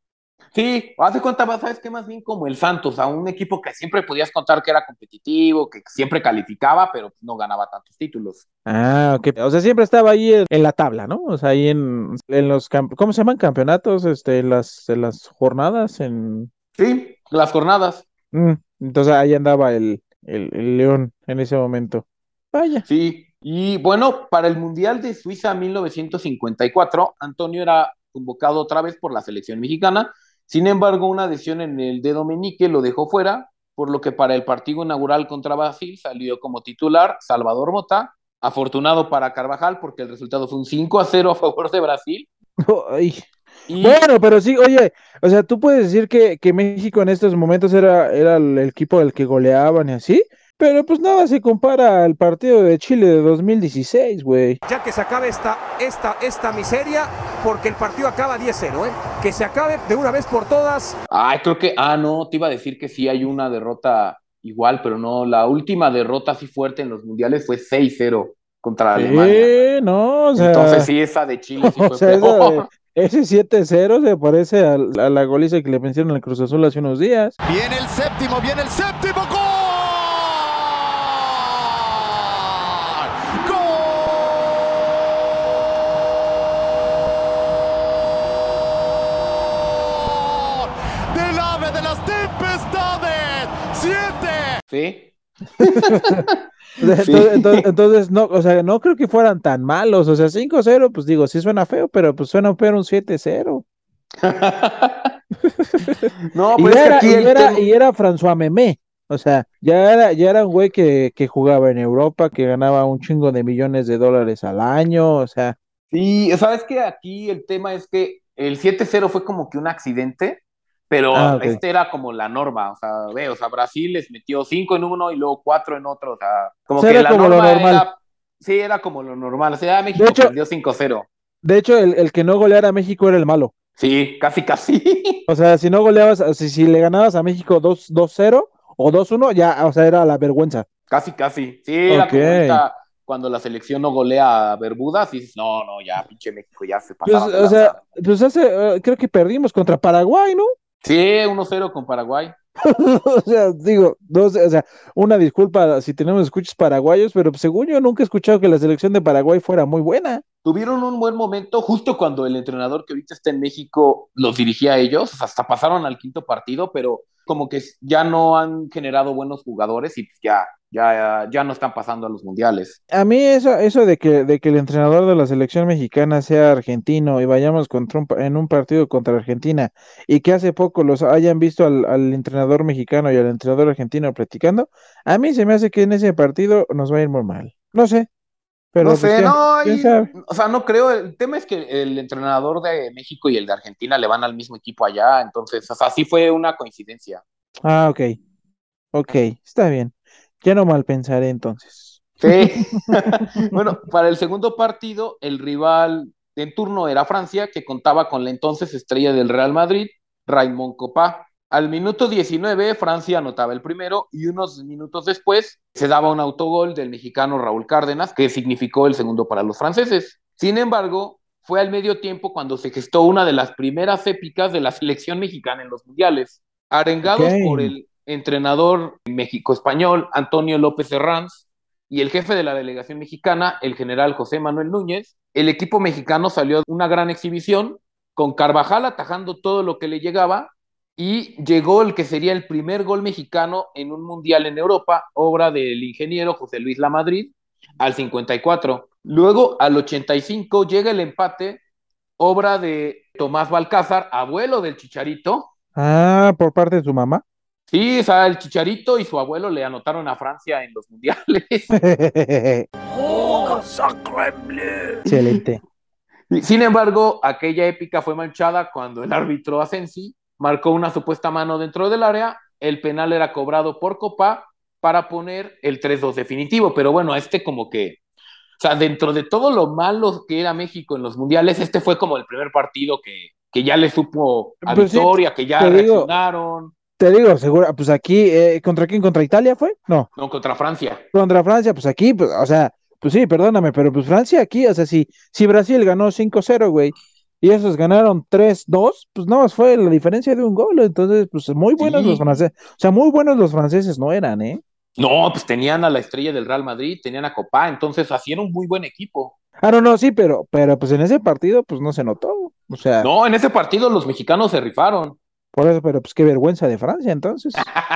Sí, hace cuenta, ¿sabes qué? Más bien como el Santos, a un equipo que siempre podías contar que era competitivo, que siempre calificaba, pero no ganaba tantos títulos. Ah, ok. O sea, siempre estaba ahí en, en la tabla, ¿no? O sea, ahí en, en los, ¿cómo se llaman? Campeonatos, este, en las, en las jornadas, en... Sí, las jornadas. Mm, entonces ahí andaba el, el, el León en ese momento. Vaya. Sí, y bueno, para el Mundial de Suiza mil novecientos cincuenta y cuatro, Antonio era convocado otra vez por la selección mexicana. Sin embargo, una lesión en el dedo meñique lo dejó fuera, por lo que para el partido inaugural contra Brasil salió como titular Salvador Mota, afortunado para Carvajal porque el resultado fue un cinco a cero a favor de Brasil. Ay. Y... Bueno, pero sí, oye, o sea, tú puedes decir que, que México en estos momentos era, era el equipo del que goleaban y así, pero pues nada se compara al partido de Chile de dos mil dieciséis, güey. Ya que se acabe esta, esta, esta miseria, porque el partido acaba diez cero, ¿eh? Que se acabe de una vez por todas. Ay, creo que, ah, no, te iba a decir que sí hay una derrota igual, pero no, la última derrota así fuerte en los mundiales fue seis cero contra ¿Eh? Alemania. No, o sea... Entonces sí, esa de Chile sí o fue sea, peor. Ese siete cero se parece a, a la goliza que le vencieron al Cruz Azul hace unos días. Viene el séptimo, viene el séptimo gol. nueve de las tempestades. ¡Siete! Sí. Entonces, entonces, entonces, no, o sea, no creo que fueran tan malos, o sea, cinco cero, pues digo, sí suena feo, pero pues suena peor un siete cero. No, y, pues era, aquí y, el era, tema... y era François Memé, o sea, ya era, ya era un güey que, que jugaba en Europa, que ganaba un chingo de millones de dólares al año, o sea. Sí, sabes que aquí el tema es que el siete cero fue como que un accidente, pero Ah, okay. este era como la norma, o sea, ve, o sea, Brasil les metió cinco en uno y luego cuatro en otro, o sea, como o sea, que la como norma lo normal. era, sí, era como lo normal, o sea, México de hecho, perdió cinco cero. De hecho, el, el que no goleara a México era el malo. Sí, casi, casi. O sea, si no goleabas, si, si le ganabas a México dos cero o dos uno, ya, o sea, era la vergüenza. Casi, casi. Sí, era okay. como ahorita cuando la selección no golea a Bermudas y dices, no, no, ya, pinche México, ya se pasaron pues, de o lanza. sea, pues hace, uh, creo que perdimos contra Paraguay, ¿no? Sí, uno cero con Paraguay. O sea, digo, no sé, o sea, una disculpa si tenemos escuchas paraguayos, pero según yo nunca he escuchado que la selección de Paraguay fuera muy buena. Tuvieron un buen momento justo cuando el entrenador que ahorita está en México los dirigía a ellos, hasta pasaron al quinto partido, pero como que ya no han generado buenos jugadores y ya, ya, ya no están pasando a los mundiales. A mí eso, eso de que, de que el entrenador de la selección mexicana sea argentino y vayamos contra un, en un partido contra Argentina y que hace poco los hayan visto al, al entrenador mexicano y al entrenador argentino platicando, a mí se me hace que en ese partido nos va a ir muy mal. No sé. Pero no sé, pues, ¿quién, no, ¿quién y, sabe? o sea, no creo, el tema es que el entrenador de México y el de Argentina le van al mismo equipo allá, entonces, o sea, sí fue una coincidencia. Ah, ok, ok, está bien, ya no mal pensaré entonces. Sí, bueno, para el segundo partido, el rival en turno era Francia, que contaba con la entonces estrella del Real Madrid, Raymond Kopa. Al minuto diecinueve, Francia anotaba el primero y unos minutos después se daba un autogol del mexicano Raúl Cárdenas, que significó el segundo para los franceses. Sin embargo, fue al medio tiempo cuando se gestó una de las primeras épicas de la selección mexicana en los mundiales. Arengados okay. por el entrenador México-español Antonio López Herranz y el jefe de la delegación mexicana, el general José Manuel Núñez, el equipo mexicano salió de una gran exhibición, con Carvajal atajando todo lo que le llegaba, y llegó el que sería el primer gol mexicano en un mundial en Europa, obra del ingeniero José Luis Lamadrid, al cincuenta y cuatro. Luego, al ochenta y cinco, llega el empate, obra de Tomás Balcázar, abuelo del Chicharito. Ah, por parte de su mamá. Sí, o sea, el Chicharito y su abuelo le anotaron a Francia en los mundiales. ¡Oh, sacre bleu! Excelente. Sin embargo, aquella épica fue manchada cuando el árbitro Asensi marcó una supuesta mano dentro del área, el penal era cobrado por Kopa para poner el tres dos definitivo, pero bueno, este como que, o sea, dentro de todo lo malo que era México en los mundiales, este fue como el primer partido que, que ya le supo a pues victoria, sí, que ya reaccionaron. Digo, te digo, seguro, pues aquí, eh, ¿contra quién? ¿Contra Italia fue? No. No, contra Francia. Contra Francia, pues aquí, pues, o sea, pues sí, perdóname, pero pues Francia aquí, o sea, si, si Brasil ganó cinco cero, güey, y esos ganaron tres dos, pues nada más fue la diferencia de un gol, entonces, pues muy buenos sí. los franceses, o sea, muy buenos los franceses no eran, ¿eh? No, pues tenían a la estrella del Real Madrid, tenían a Kopa, entonces así era un muy buen equipo. Ah, no, no, sí, pero, pero pues en ese partido, pues no se notó, o sea. No, en ese partido los mexicanos se rifaron. Por eso, pero pues qué vergüenza de Francia, entonces.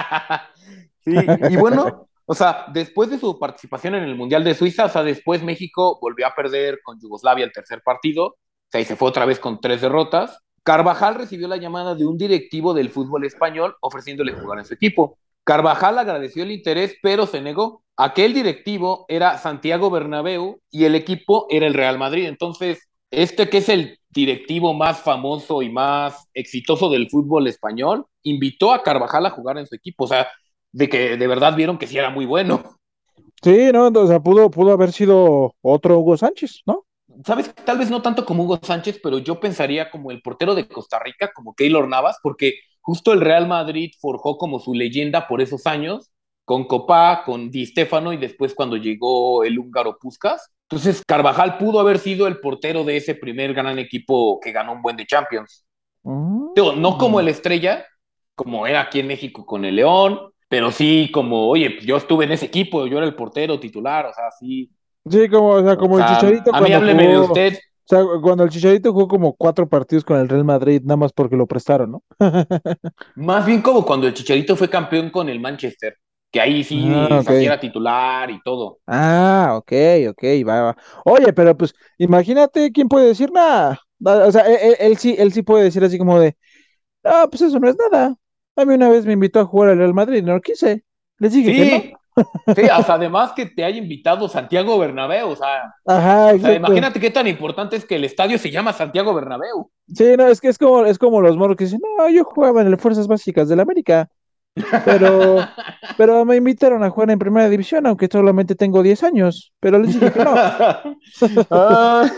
Sí, y bueno, o sea, después de su participación en el Mundial de Suiza, o sea, después México volvió a perder con Yugoslavia el tercer partido, o sea, y se fue otra vez con tres derrotas. Carvajal recibió la llamada de un directivo del fútbol español ofreciéndole jugar en su equipo. Carvajal agradeció el interés, pero se negó. Aquel directivo era Santiago Bernabéu y el equipo era el Real Madrid. Entonces, este que es el directivo más famoso y más exitoso del fútbol español, invitó a Carvajal a jugar en su equipo. O sea, de que de verdad vieron que sí era muy bueno. Sí, no, o sea, pudo, pudo haber sido otro Hugo Sánchez, ¿no? ¿Sabes? Tal vez no tanto como Hugo Sánchez, pero yo pensaría como el portero de Costa Rica, como Keylor Navas, porque justo el Real Madrid forjó como su leyenda por esos años, con Kopa, con Di Stéfano y después cuando llegó el húngaro Puskás. Entonces Carvajal pudo haber sido el portero de ese primer gran equipo que ganó un buen de Champions. Mm. Digo, no como el Estrella, como era aquí en México con el León, pero sí como, oye, yo estuve en ese equipo, yo era el portero titular, o sea, sí. Sí, como, o sea, como o sea, el Chicharito. A mí hábleme jugó... de usted. sea, cuando el Chicharito jugó como cuatro partidos con el Real Madrid, nada más porque lo prestaron, ¿no? Más bien como cuando el Chicharito fue campeón con el Manchester, que ahí sí Ah, se ok. era titular y todo. Ah, ok, ok, va, va. Oye, pero pues, imagínate quién puede decir nada. Da- O sea, él, él- él sí, él sí puede decir así como de, ah, pues eso no es nada. A mí una vez me invitó a jugar al Real Madrid, no quise. Les dije que no. Sí, sí, hasta además que te haya invitado Santiago Bernabéu, o sea, Ajá, o sea, exacto. imagínate qué tan importante es que el estadio se llama Santiago Bernabéu. Sí, no, es que es como, es como los morros que dicen, no, yo jugaba en las Fuerzas Básicas del América, pero, pero me invitaron a jugar en Primera División, aunque solamente tengo diez años, pero les dije que no. Ah,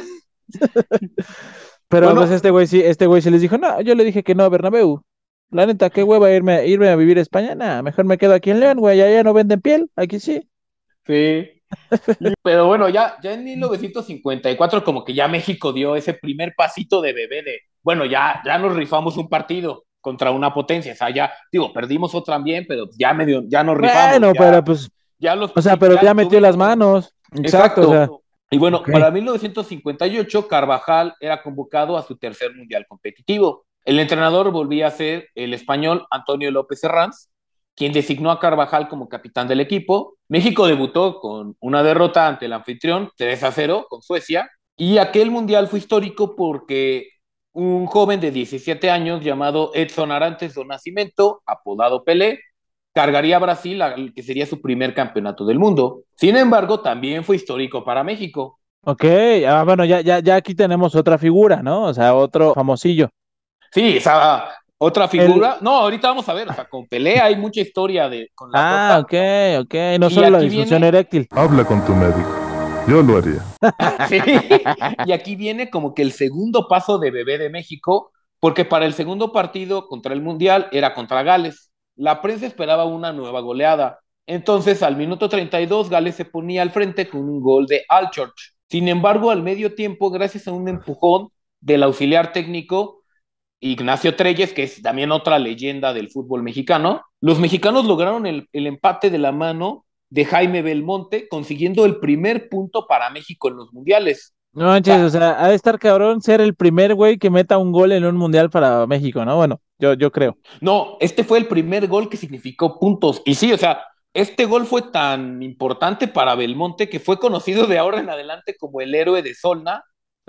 Pero pues bueno, este güey sí, este güey sí les dijo, no, yo le dije que no a Bernabéu. La neta, qué hueva irme, irme a vivir a España, nada, mejor me quedo aquí en León, güey, allá no venden piel, aquí sí. sí. Pero bueno, ya, ya en mil novecientos cincuenta y cuatro como que ya México dio ese primer pasito de bebé de, bueno, ya, ya nos rifamos un partido contra una potencia, o sea, ya, digo, perdimos otro también, pero ya medio, ya nos rifamos, Bueno, pero ya, pues, ya los o sea, pusimos, pero ya ya metió las tuvimos, manos. Exacto, o sea, exacto. Y bueno, ok. para mil novecientos cincuenta y ocho, Carvajal era convocado a su tercer mundial competitivo. El entrenador volvía a ser el español Antonio López Herranz, quien designó a Carvajal como capitán del equipo. México debutó con una derrota ante el anfitrión tres a cero con Suecia, y aquel mundial fue histórico porque un joven de diecisiete años llamado Edson Arantes do Nascimento, apodado Pelé, cargaría a Brasil al que sería su primer campeonato del mundo. Sin embargo, también fue histórico para México. Ok, ah, bueno, ya, ya, ya aquí tenemos otra figura, ¿no? O sea, otro famosillo. Sí, esa otra El, figura. No, ahorita vamos a ver, o sea, con Pelé hay mucha historia de, con la ah, Tota. ok, ok, no Y solo la aquí disfunción viene, eréctil. Habla con tu médico. Yo lo haría. sí, y aquí viene como que el segundo paso de bebé de México, porque para el segundo partido contra el Mundial era contra Gales. La prensa esperaba una nueva goleada. Entonces, al minuto treinta y dos, Gales se ponía al frente con un gol de Alchurch. Sin embargo, al medio tiempo, gracias a un empujón del auxiliar técnico Ignacio Treyes, que es también otra leyenda del fútbol mexicano, los mexicanos lograron el, el empate de la mano de Jaime Belmonte, consiguiendo el primer punto para México en los mundiales. No O manches, o sea, sea, ha de estar cabrón ser el primer güey que meta un gol en un mundial para México, ¿no? Bueno, yo, yo creo. no, este fue el primer gol que significó puntos. Y sí, o sea, este gol fue tan importante para Belmonte que fue conocido de ahora en adelante como el héroe de Solna.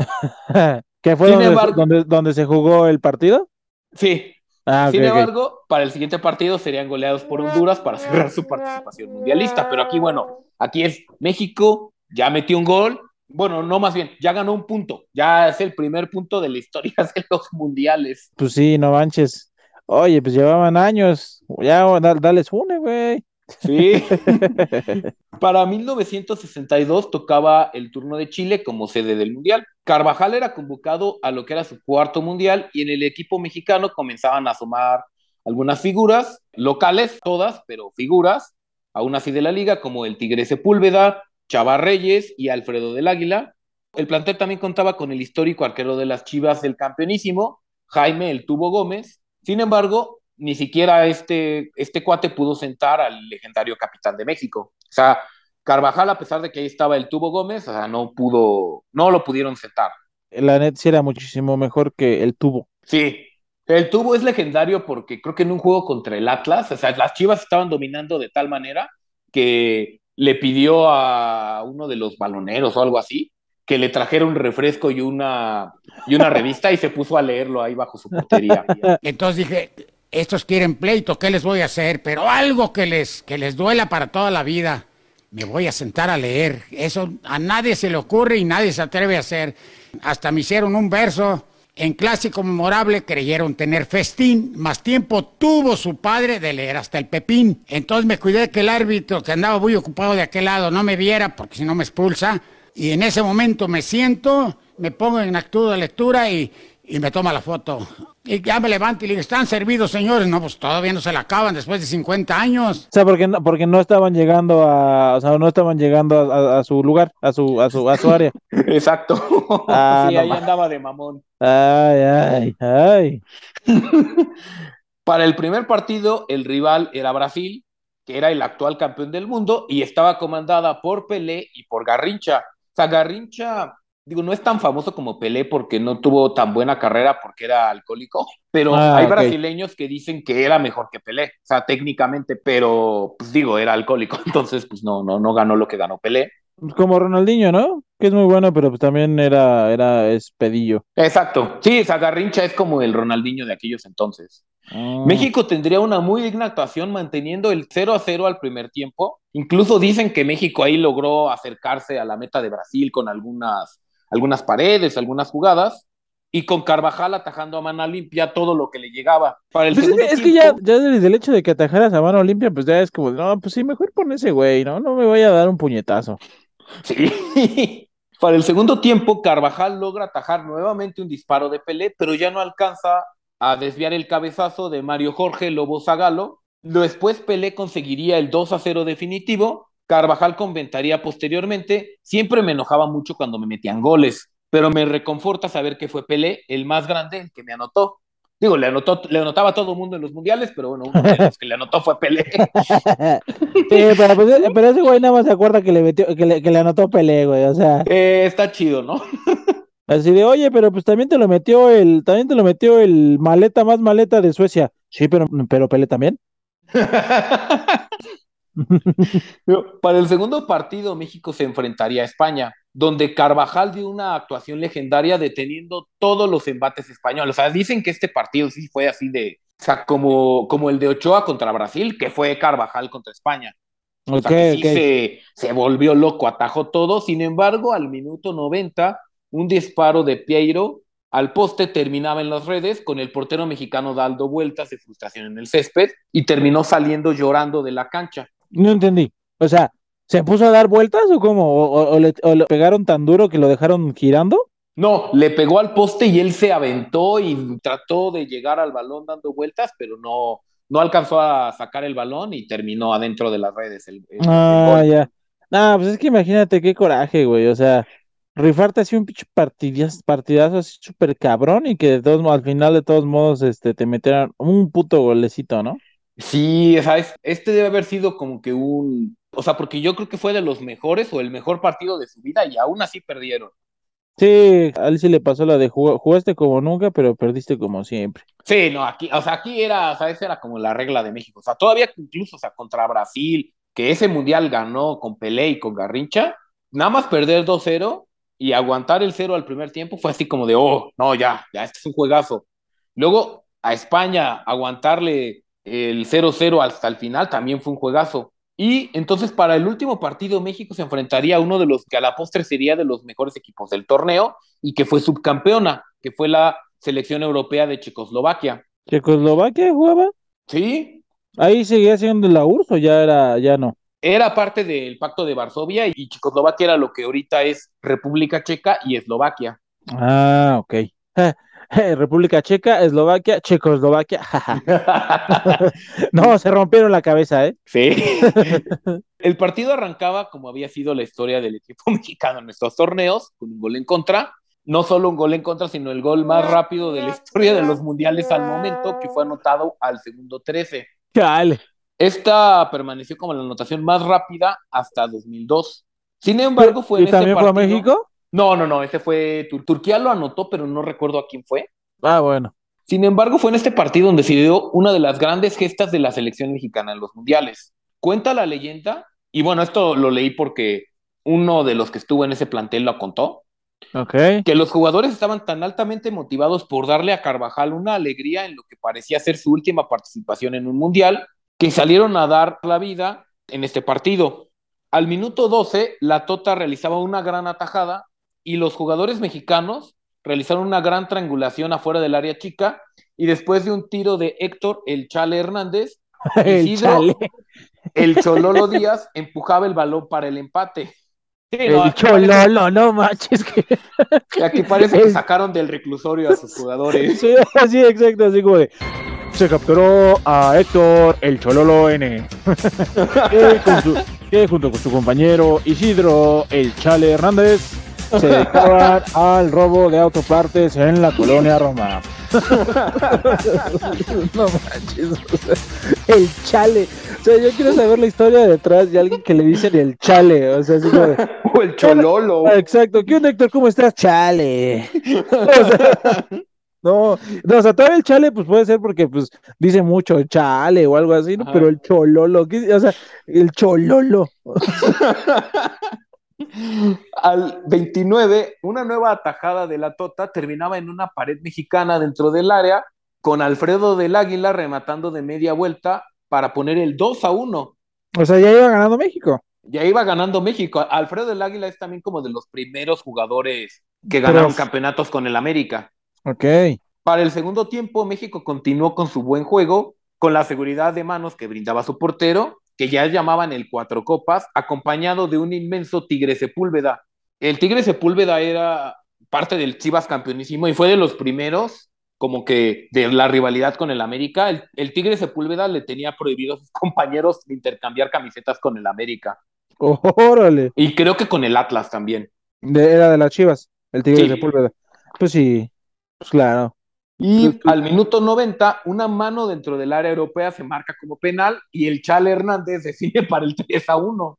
¿Qué fue Sin donde, embargo, donde, donde se jugó el partido? sí, Ah, ok, sin ok. embargo, para el siguiente partido serían goleados por Honduras para cerrar su participación mundialista. Pero aquí, bueno, aquí es México, ya metió un gol. Bueno, no, más bien, ya ganó un punto. Ya es el primer punto de la historia de los mundiales. Pues sí, no manches. Oye, pues llevaban años. Ya, da- dales une, güey. Sí. Para mil novecientos sesenta y dos tocaba el turno de Chile como sede del Mundial. Carvajal era convocado a lo que era su cuarto Mundial y en el equipo mexicano comenzaban a asomar algunas figuras locales, todas, pero figuras, aún así de la liga, como el Tigre Sepúlveda, Chava Reyes y Alfredo del Águila. El plantel también contaba con el histórico arquero de las Chivas del campeonísimo, Jaime El Tubo Gómez. Sin embargo, ni siquiera este, este cuate pudo sentar al legendario capitán de México. O sea, Carvajal, a pesar de que ahí estaba el Tubo Gómez, o sea, no pudo, no lo pudieron sentar. La net sí era muchísimo mejor que el tubo. Sí, el Tubo es legendario porque creo que en un juego contra el Atlas, o sea, las Chivas estaban dominando de tal manera que le pidió a uno de los baloneros o algo así que le trajera un refresco y una, y una revista y se puso a leerlo ahí bajo su portería. Entonces dije, estos quieren pleito, ¿qué les voy a hacer? Pero algo que les, que les duela para toda la vida. Me voy a sentar a leer. Eso a nadie se le ocurre y nadie se atreve a hacer. Hasta me hicieron un verso. En clásico memorable creyeron tener festín, más tiempo tuvo su padre de leer hasta el pepín. Entonces me cuidé que el árbitro, que andaba muy ocupado de aquel lado, no me viera, porque si no me expulsa. Y en ese momento me siento, me pongo en actitud de lectura y, y me toma la foto. Y ya me levanto y le digo, ¿están servidos, señores? No, pues todavía no se la acaban después de cincuenta años. O sea, porque no, porque no estaban llegando a, o sea, no estaban llegando a, a- a su lugar, a su, a su, a su área. Exacto. Ah, Sí, no ahí más. andaba de mamón. Ay, ay, ay. Para el primer partido, el rival era Brasil, que era el actual campeón del mundo, y estaba comandada por Pelé y por Garrincha. O sea, Garrincha digo, no es tan famoso como Pelé porque no tuvo tan buena carrera porque era alcohólico, pero Ah, hay ok. brasileños que dicen que era mejor que Pelé, o sea, técnicamente, pero pues digo, era alcohólico, entonces pues no, no, no ganó lo que ganó Pelé. Como Ronaldinho, ¿no? Que es muy bueno, pero pues también era, era espedillo. Exacto, sí, esa Garrincha es como el Ronaldinho de aquellos entonces. Ah. México tendría una muy digna actuación manteniendo el cero a cero al primer tiempo. Incluso dicen que México ahí logró acercarse a la meta de Brasil con algunas, algunas paredes, algunas jugadas, y con Carvajal atajando a mano limpia todo lo que le llegaba. Para el Pues es segundo que, es que tiempo, ya, ya desde el hecho de que atajaras a mano limpia, pues ya es como, no, pues sí, mejor pon ese güey, ¿no? No me vaya a dar un puñetazo. sí. Para el segundo tiempo, Carvajal logra atajar nuevamente un disparo de Pelé, pero ya no alcanza a desviar el cabezazo de Mario Jorge Lobo Zagallo. Después Pelé conseguiría el dos a cero definitivo. Carvajal conventaría posteriormente. Siempre me enojaba mucho cuando me metían goles, pero me reconforta saber que fue Pelé, el más grande, el que me anotó. Digo, le, anotó, le anotaba a todo el mundo en los mundiales, pero bueno, uno de los que le anotó fue Pelé. Sí, pero, pues, pero ese güey nada más se acuerda que le metió, que le, que le anotó Pelé, güey, o sea. Eh, está chido, ¿no? Así de, oye, pero pues también te lo metió el, también te lo metió el maleta más maleta de Suecia. Sí, pero, pero Pelé también. Para el segundo partido, México se enfrentaría a España, donde Carvajal dio una actuación legendaria deteniendo todos los embates españoles. O sea, dicen que este partido sí fue así de, o sea, como, como el de Ochoa contra Brasil, que fue Carvajal contra España. O sea, Okay, que sí okay. se, se volvió loco, atajó todo. Sin embargo, al minuto noventa, un disparo de Piero al poste terminaba en las redes, con el portero mexicano dando vueltas de frustración en el césped y terminó saliendo llorando de la cancha. No entendí. O sea, ¿se puso a dar vueltas o cómo? ¿O, o, o le, o le pegaron tan duro que lo dejaron girando? No, le pegó al poste y él se aventó y trató de llegar al balón dando vueltas, pero no, no alcanzó a sacar el balón y terminó adentro de las redes el, el, Ah, el gol. ya. No, pues es que imagínate qué coraje, güey. O sea, rifarte así un pinche partidazo, partidazo así súper cabrón y que de todos modos, al final de todos modos, este, te metieran un puto golecito, ¿no? Sí, ¿sabes? Este debe haber sido como que un... O sea, porque yo creo que fue de los mejores o el mejor partido de su vida y aún así perdieron. Sí, a él sí le pasó la de jug- jugaste como nunca, pero perdiste como siempre. Sí, no, aquí, o sea, aquí era, ¿sabes? Era como la regla de México. O sea, todavía incluso, o sea, contra Brasil, que ese mundial ganó con Pelé y con Garrincha, nada más perder dos cero y aguantar el cero al primer tiempo fue así como de, oh, no, ya, ya, este es un juegazo. Luego a España aguantarle el cero cero hasta el final también fue un juegazo. Y entonces para el último partido México se enfrentaría a uno de los que a la postre sería de los mejores equipos del torneo y que fue subcampeona, que fue la selección europea de Checoslovaquia. ¿Checoslovaquia jugaba? Sí. ¿Ahí seguía siendo la U R S S o ya era, ya no? Era parte del Pacto de Varsovia y Checoslovaquia era lo que ahorita es República Checa y Eslovaquia. Ah, ok. República Checa, Eslovaquia, Checoslovaquia. No, se rompieron la cabeza, ¿eh? Sí. El partido arrancaba como había sido la historia del equipo mexicano en estos torneos, con un gol en contra. No solo un gol en contra, sino el gol más rápido de la historia de los mundiales al momento, que fue anotado al segundo trece. Chale. Esta permaneció como la anotación más rápida hasta dos mil dos. Sin embargo, fue en ¿Y este también partido... fue a México? No, no, no, ese fue... Tur Turquía lo anotó, pero no recuerdo a quién fue. Ah, bueno. Sin embargo, fue en este partido donde se dio una de las grandes gestas de la selección mexicana en los mundiales. Cuenta la leyenda, y bueno, esto lo leí porque uno de los que estuvo en ese plantel lo contó, okay, que los jugadores estaban tan altamente motivados por darle a Carvajal una alegría en lo que parecía ser su última participación en un mundial, que salieron a dar la vida en este partido. Al minuto doce, la Tota realizaba una gran atajada y los jugadores mexicanos realizaron una gran triangulación afuera del área chica y después de un tiro de Héctor el Chale Hernández, el Isidro, Chale. el Chololo Díaz empujaba el balón para el empate. Sí, el no, Chololo, parece, no manches. Que... Y aquí parece que sacaron del reclusorio a sus jugadores. Sí, sí, exacto, así como de... Se capturó a Héctor el Chololo N. que, con su, que junto con su compañero Isidro el Chale Hernández se dedicaban al robo de autopartes en la colonia Roma. No manches, o sea, el chale. O sea, yo quiero saber la historia detrás de alguien que le dicen el chale. O sea, así como de, o el chololo. Ah, exacto. ¿Qué onda, Héctor? ¿Cómo estás? Chale. O sea, no, no, o sea, todavía el chale, pues puede ser porque, pues, dice mucho chale o algo así, ¿no? Ajá. Pero el chololo, ¿qué? O sea, el chololo. Al veintinueve, una nueva atajada de la Tota terminaba en una pared mexicana dentro del área, con Alfredo del Águila rematando de media vuelta para poner el dos a uno. O sea, ya iba ganando México. Ya iba ganando México. Alfredo del Águila es también como de los primeros jugadores que ganaron Pero... campeonatos con el América. Ok. Para el segundo tiempo, México continuó con su buen juego, con la seguridad de manos que brindaba su portero, que ya llamaban el Cuatro Copas, acompañado de un inmenso Tigre Sepúlveda. El Tigre Sepúlveda era parte del Chivas campeonísimo y fue de los primeros, como que de la rivalidad con el América. El, el Tigre Sepúlveda le tenía prohibido a sus compañeros de intercambiar camisetas con el América. Órale. Y creo que con el Atlas también. De, era de las Chivas, el Tigre Sí. Sepúlveda. Pues sí, pues claro. Y Pues, pues... al minuto noventa, una mano dentro del área europea se marca como penal y el Chale Hernández define para el tres a uno.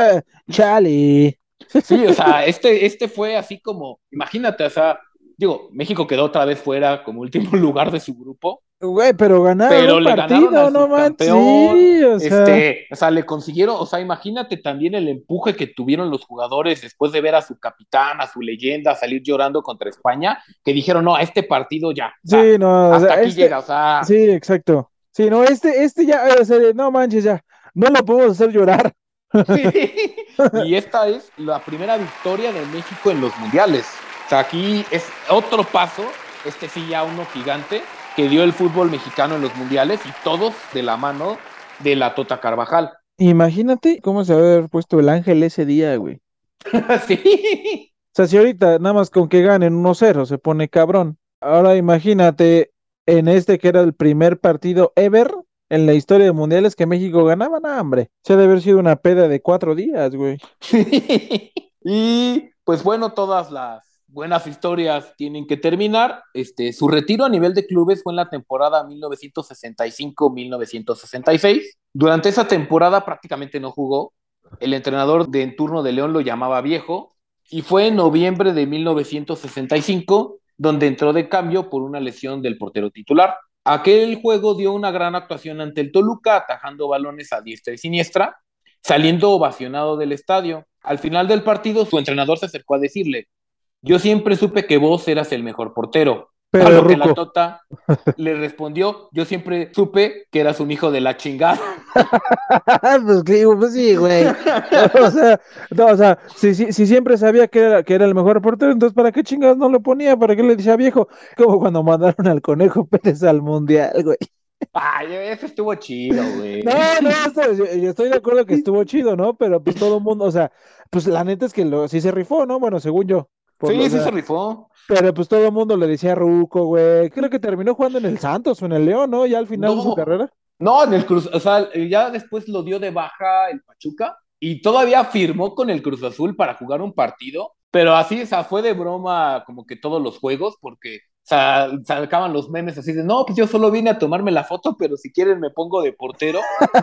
Chale. Sí, o sea, este, este fue así como, imagínate, o sea, digo, México quedó otra vez fuera como último lugar de su grupo. Güey, pero ganaron pero un le partido, ganaron al no manches. subcampeón, Sí, o sea... este, o sea, le consiguieron, o sea, imagínate también el empuje que tuvieron los jugadores después de ver a su capitán, a su leyenda salir llorando contra España, que dijeron, no, a este partido ya, o sea, Sí, no, hasta o sea, aquí este... llega, o sea. Sí, exacto. Sí, no, este, este ya, o sea, no manches, ya, no lo podemos hacer llorar. Sí. Y esta es la primera victoria de México en los mundiales. O sea, aquí es otro paso, este sí ya uno gigante, que dio el fútbol mexicano en los mundiales y todos de la mano de la Tota Carvajal. Imagínate cómo se va a haber puesto el Ángel ese día, güey. Sí. O sea, si ahorita nada más con que ganen uno cero se pone cabrón. Ahora imagínate en este que era el primer partido ever en la historia de mundiales que México ganaba, no, hombre. Se ha de haber sido una peda de cuatro días, güey. Sí. Y pues bueno, todas las buenas historias tienen que terminar. Este, su retiro a nivel de clubes fue en la temporada mil novecientos sesenta y cinco mil novecientos sesenta y seis. Durante esa temporada prácticamente no jugó. El entrenador de en turno de León lo llamaba viejo. Y fue en noviembre de mil novecientos sesenta y cinco donde entró de cambio por una lesión del portero titular. Aquel juego dio una gran actuación ante el Toluca, atajando balones a diestra y siniestra, saliendo ovacionado del estadio. Al final del partido, su entrenador se acercó a decirle: yo siempre supe que vos eras el mejor portero. Pero a lo ruco. que la Tota le respondió: yo siempre supe que eras un hijo de la chingada. pues, pues sí, güey. O sea, no, o sea, si, si, si siempre sabía que era, que era el mejor portero, entonces ¿para qué chingados no lo ponía? ¿Para qué le decía viejo? Como cuando mandaron al Conejo Pérez al Mundial, güey. Ay, eso estuvo chido, güey. No, no, esto, yo, yo estoy de acuerdo que estuvo chido, ¿no? Pero pues todo el mundo, o sea, pues la neta es que lo, sí se rifó, ¿no? Bueno, según yo. Sí, lo, sí o sea, se rifó. Pero pues todo el mundo le decía ruco, güey. Creo que terminó jugando en el Santos o en el León, ¿no? Ya al final No. de su carrera. No, en el Cruz, o sea, ya después lo dio de baja el Pachuca y todavía firmó con el Cruz Azul para jugar un partido, pero así, o sea, fue de broma como que todos los juegos, porque, o sea, sacaban los memes así de, no, pues yo solo vine a tomarme la foto, pero si quieren me pongo de portero.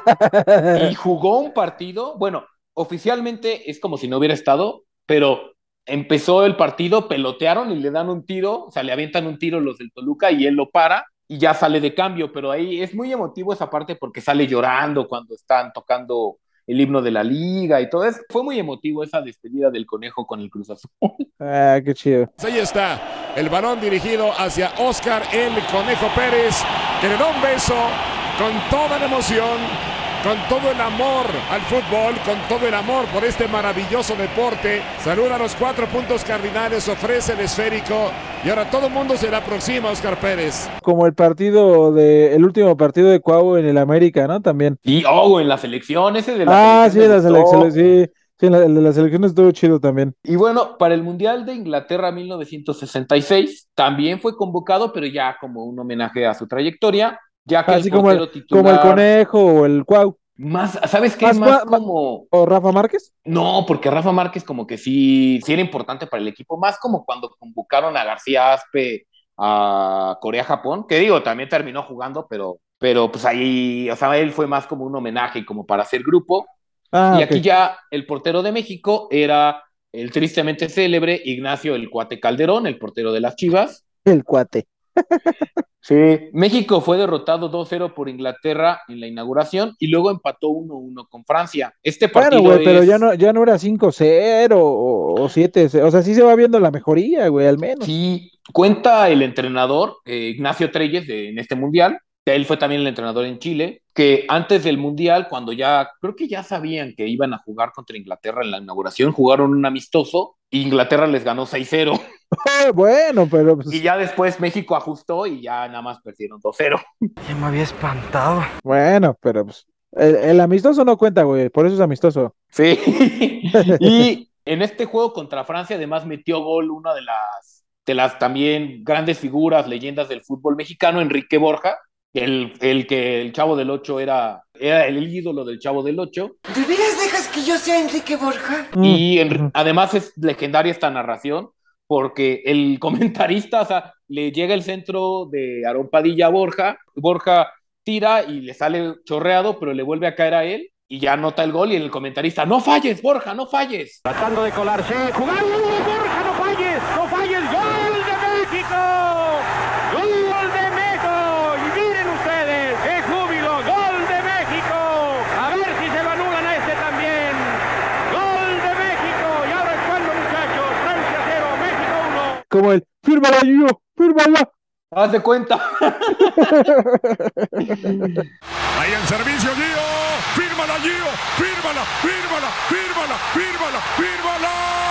Y jugó un partido, bueno, oficialmente es como si no hubiera estado, pero empezó el partido, pelotearon y le dan un tiro, o sea, le avientan un tiro los del Toluca y él lo para y ya sale de cambio, pero ahí es muy emotivo esa parte porque sale llorando cuando están tocando el himno de la liga y todo eso. Fue muy emotivo esa despedida del Conejo con el Cruz Azul. Ah, qué chido. Ahí está el balón dirigido hacia Óscar el Conejo Pérez, que le da un beso con toda la emoción, con todo el amor al fútbol, con todo el amor por este maravilloso deporte. Saluda a los cuatro puntos cardinales, ofrece el esférico y ahora todo el mundo se le aproxima a Óscar Pérez. Como el partido de, el último partido de Cuau en el América, ¿no? También. Y, oh, en la selección, ese de la ah, selección. Ah, sí, la selección, sí. Sí, la, el de la selección estuvo chido también. Y bueno, para el Mundial de Inglaterra mil novecientos sesenta y seis también fue convocado, pero ya como un homenaje a su trayectoria. Ya que Así el como portero el, titular... como el Conejo o el Cuau. Más, ¿sabes qué? Más, Más, más como... ¿O Rafa Márquez? No, porque Rafa Márquez como que sí, sí era importante para el equipo. Más como cuando convocaron a García Aspe a Corea-Japón, que digo, también terminó jugando, pero, pero pues ahí, o sea, él fue más como un homenaje, como para hacer grupo. Ah, y ok. aquí ya el portero de México era el tristemente célebre Ignacio el Cuate Calderón, el portero de las Chivas. El cuate. Sí, México fue derrotado dos cero por Inglaterra en la inauguración y luego empató uno uno con Francia. Este Bueno, partido güey, pero es... ya no, ya no era cinco cero o, o siete cero. O sea, sí se va viendo la mejoría, güey, al menos. Sí, cuenta el entrenador eh, Ignacio Treyes de, en este mundial, que él fue también el entrenador en Chile, que antes del mundial, cuando ya, creo que ya sabían que iban a jugar contra Inglaterra en la inauguración, jugaron un amistoso y Inglaterra les ganó seis cero. Bueno, pero pues... Y ya después México ajustó y ya nada más perdieron dos cero. Ya me había espantado. Bueno, pero pues... El, el amistoso no cuenta, güey, por eso es amistoso. Sí. Y en este juego contra Francia además metió gol una de las, de las también grandes figuras, leyendas del fútbol mexicano, Enrique Borja, el, el que el Chavo del Ocho era, era el ídolo del Chavo del Ocho. ¿De veras dejas que yo sea Enrique Borja? Y en, además es legendaria esta narración, porque el comentarista, o sea, le llega el centro de Aarón Padilla a Borja, Borja tira y le sale chorreado, pero le vuelve a caer a él, y ya anota el gol, y el comentarista, no falles, Borja, no falles. Tratando de colarse, jugando, Borja, no falles, no falles, gol de México, gol de México, y miren ustedes, qué júbilo, gol de México, a ver si se lo anulan a este también, gol de México, y ahora es cuando, muchachos, Francia cero, México uno. Como el, fírmala, yo, fírmala. Haz de cuenta. Ahí el servicio, Gio. Fírmala, Gio. Fírmala, fírmala, fírmala, fírmala, fírmala.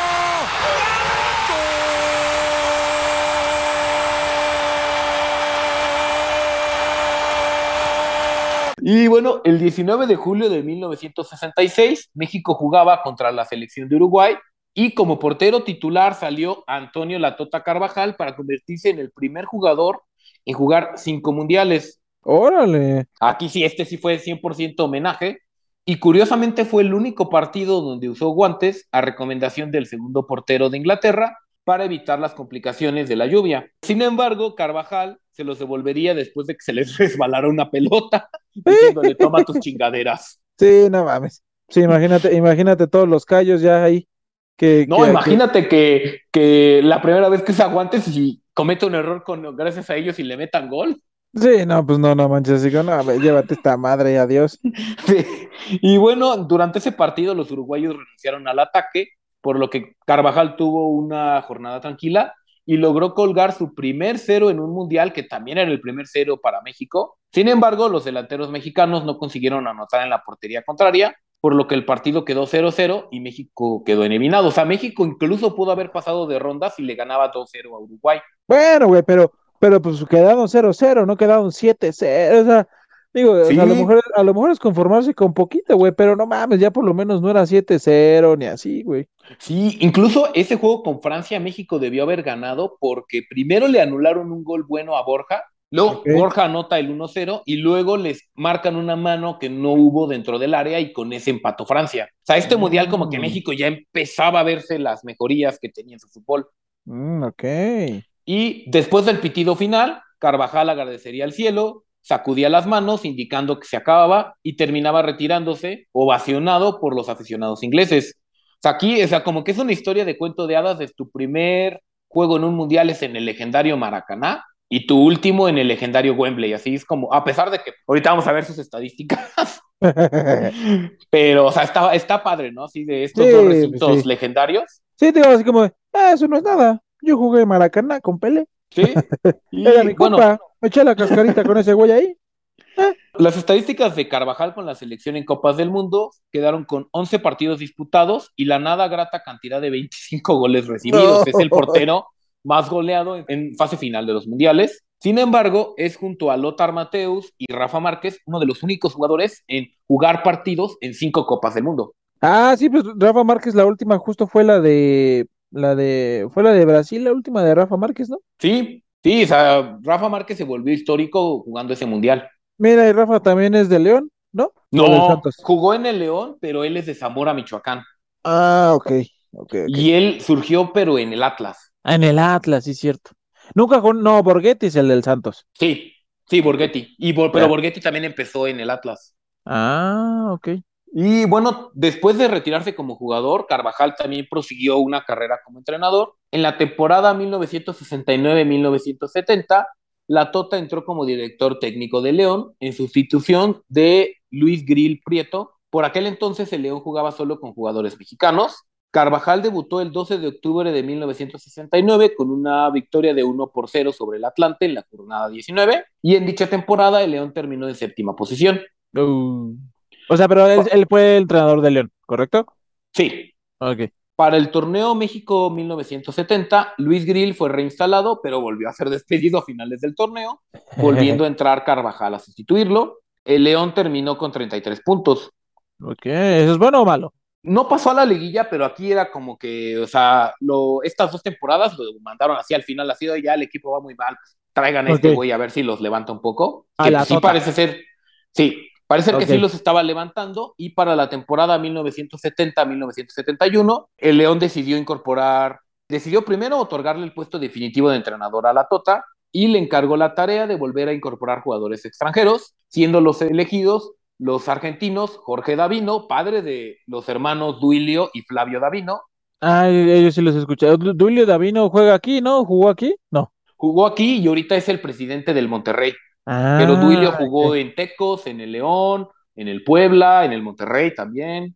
Y bueno, el diecinueve de julio de mil novecientos sesenta y seis, México jugaba contra la selección de Uruguay y como portero titular salió Antonio La Tota Carvajal para convertirse en el primer jugador en jugar cinco mundiales. ¡Órale! Aquí sí, este sí fue cien por ciento homenaje y curiosamente fue el único partido donde usó guantes a recomendación del segundo portero de Inglaterra para evitar las complicaciones de la lluvia. Sin embargo, Carvajal se los devolvería después de que se les resbalara una pelota, diciéndole, toma tus chingaderas. Sí, no mames. Sí, imagínate, imagínate todos los callos ya ahí. Que, no, que, imagínate que... Que, que la primera vez que se aguantes y comete un error con, gracias a ellos y le metan gol. Sí, no, pues no, no manches, así que no, llévate esta madre, adiós. Sí. Y bueno, durante ese partido los uruguayos renunciaron al ataque, por lo que Carvajal tuvo una jornada tranquila y logró colgar su primer cero en un mundial que también era el primer cero para México. Sin embargo, los delanteros mexicanos no consiguieron anotar en la portería contraria, por lo que el partido quedó cero cero y México quedó eliminado. O sea, México incluso pudo haber pasado de ronda si le ganaba dos cero a Uruguay. Bueno, güey, pero, pero pues quedaron cero cero, no quedaron siete cero, o sea, digo, sí. o sea, a lo mejor, a lo mejor es conformarse con poquito, güey, pero no mames, ya por lo menos no era siete cero ni así, güey. Sí, incluso ese juego con Francia, México debió haber ganado porque primero le anularon un gol bueno a Borja, luego okay. Borja anota el uno cero y luego les marcan una mano que no hubo dentro del área y con ese empató Francia. O sea, este mm. mundial como que México ya empezaba a verse las mejorías que tenía en su fútbol. Mm, ok. Y después del pitido final, Carvajal agradecería al cielo, sacudía las manos indicando que se acababa y terminaba retirándose, ovacionado por los aficionados ingleses. O sea, aquí, o sea, como que es una historia de cuento de hadas de tu primer juego en un mundial es en el legendario Maracaná y tu último en el legendario Wembley. Así es como, a pesar de que ahorita vamos a ver sus estadísticas, pero, o sea, está, está padre, ¿no? Así de estos sí, dos recintos sí. legendarios. Sí, te digo así como, ah, eso no es nada. Yo jugué Maracaná con Pelé. Sí. Y, Era mi compa, bueno, me eché la cascarita con ese güey ahí. ¿Eh? Las estadísticas de Carvajal con la selección en Copas del Mundo quedaron con once partidos disputados y la nada grata cantidad de veinticinco goles recibidos. No. Es el portero más goleado en fase final de los mundiales. Sin embargo, es junto a Lothar Matthäus y Rafa Márquez uno de los únicos jugadores en jugar partidos en cinco Copas del Mundo. Ah, sí, pues Rafa Márquez, la última justo fue la de la de fue la de Brasil, la última de Rafa Márquez, ¿no? Sí, sí, o sea, Rafa Márquez se volvió histórico jugando ese mundial. Mira, y Rafa también es de León, ¿no? No, jugó en el León, pero él es de Zamora, Michoacán. Ah, ok, okay, okay. Y él surgió, pero en el Atlas. Ah, en el Atlas, sí, cierto. Nunca con... No, Borghetti es el del Santos. Sí, sí, Borghetti. Y, pero Ya. Borghetti también empezó en el Atlas. Ah, ok. Y bueno, después de retirarse como jugador, Carvajal también prosiguió una carrera como entrenador. En la temporada mil novecientos sesenta y nueve mil novecientos setenta, la Tota entró como director técnico de León en sustitución de Luis Grill Prieto. Por aquel entonces el León jugaba solo con jugadores mexicanos. Carvajal debutó el doce de octubre de mil novecientos sesenta y nueve con una victoria de uno por cero sobre el Atlante en la jornada diecinueve, y en dicha temporada el León terminó en séptima posición. Uh. O sea, pero él, él fue el entrenador de León, ¿correcto? Sí. Ok. Para el torneo México mil novecientos setenta, Luis Grill fue reinstalado, pero volvió a ser despedido a finales del torneo, volviendo a entrar Carvajal a sustituirlo. El León terminó con treinta y tres puntos. Ok, ¿eso es bueno o malo? No pasó a la liguilla, pero aquí era como que, o sea, lo, estas dos temporadas lo mandaron así al final, ha sido ya el equipo va muy mal, pues, traigan a Ok. este güey a ver si los levanta un poco. A Que la pues, sí Tota. parece ser, sí, parece ser Ok. que sí los estaba levantando, y para la temporada mil novecientos setenta mil novecientos setenta y uno, el León decidió incorporar, decidió primero otorgarle el puesto definitivo de entrenador a la Tota, y le encargó la tarea de volver a incorporar jugadores extranjeros, siendo los elegidos los argentinos Jorge Davino, padre de los hermanos Duilio y Flavio Davino. Ah, ellos sí los escuché. Du- Duilio Davino juega aquí, ¿no? ¿Jugó aquí? No. Jugó aquí y ahorita es el presidente del Monterrey. Ah, Pero Duilio jugó ok. en Tecos, en el León, en el Puebla, en el Monterrey también.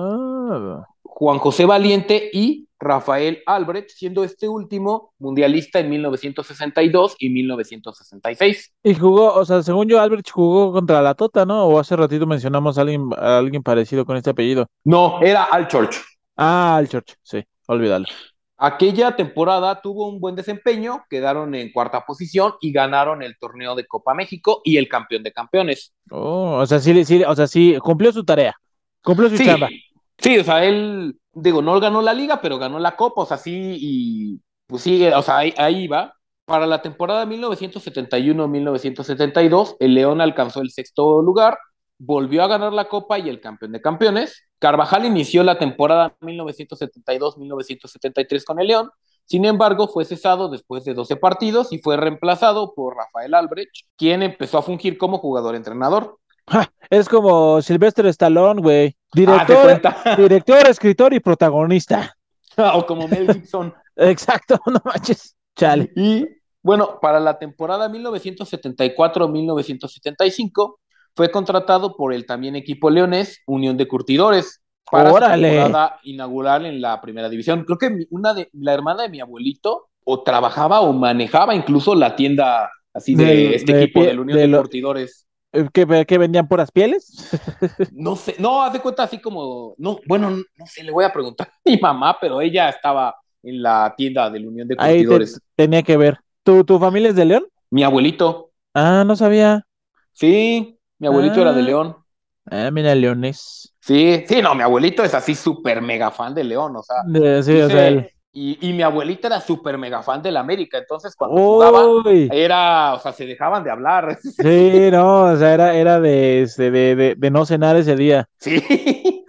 Ah. Juan José Valiente y Rafael Albrecht, siendo este último mundialista en mil novecientos sesenta y dos y mil novecientos sesenta y seis. Y jugó, o sea, según yo, Albert jugó contra la Tota, ¿no? O hace ratito mencionamos a alguien, a alguien parecido con este apellido. No, era Al Church. Ah, el Church, sí, olvídalo. Aquella temporada tuvo un buen desempeño, quedaron en cuarta posición y ganaron el torneo de Copa México y el campeón de campeones. Oh, o sea, sí, sí, o sea, sí, cumplió su tarea, cumplió su Sí, chamba. sí, o sea, él, digo, no ganó la liga, pero ganó la Copa, o sea, sí, y pues sí, o sea, ahí, ahí va. Para la temporada mil novecientos setenta y uno mil novecientos setenta y dos, el León alcanzó el sexto lugar, volvió a ganar la Copa y el campeón de campeones. Carvajal inició la temporada mil novecientos setenta y dos mil novecientos setenta y tres con el León, sin embargo, fue cesado después de doce partidos y fue reemplazado por Rafael Albrecht, quien empezó a fungir como jugador-entrenador. Ja, es como Sylvester Stallone, güey. Ah, ¿te Director, cuenta? director, escritor y protagonista. O como Mel Gibson. Exacto, no manches. Chale. Y bueno, para la temporada mil novecientos setenta y cuatro mil novecientos setenta y cinco fue contratado por el también equipo leonés Unión de Curtidores para ¡Órale! su temporada inaugural en la primera división. Creo que mi- una de la hermana de mi abuelito o trabajaba o manejaba incluso la tienda así de Del- este de equipo pie- del Unión de de, lo- Curtidores. ¿Qué, qué vendían puras pieles? No sé, no, haz de cuenta así como, no, bueno, no sé, le voy a preguntar a mi mamá, pero ella estaba en la tienda del Unión de Ahí te- Curtidores. tenía que ver. ¿Tu, tu familia es de León? Mi abuelito, Ah, no sabía. sí, mi abuelito era de Ah. León. Ah, mira, leones. Sí, sí, no, mi abuelito es así súper mega fan de León, o sea, De- sí, o dice- sea, el- y, y mi abuelita era súper mega fan del América, entonces cuando jugaba, Uy. era, o sea, se dejaban de hablar. Sí, no, o sea, era, era de, este, de, de, de no cenar ese día. Sí.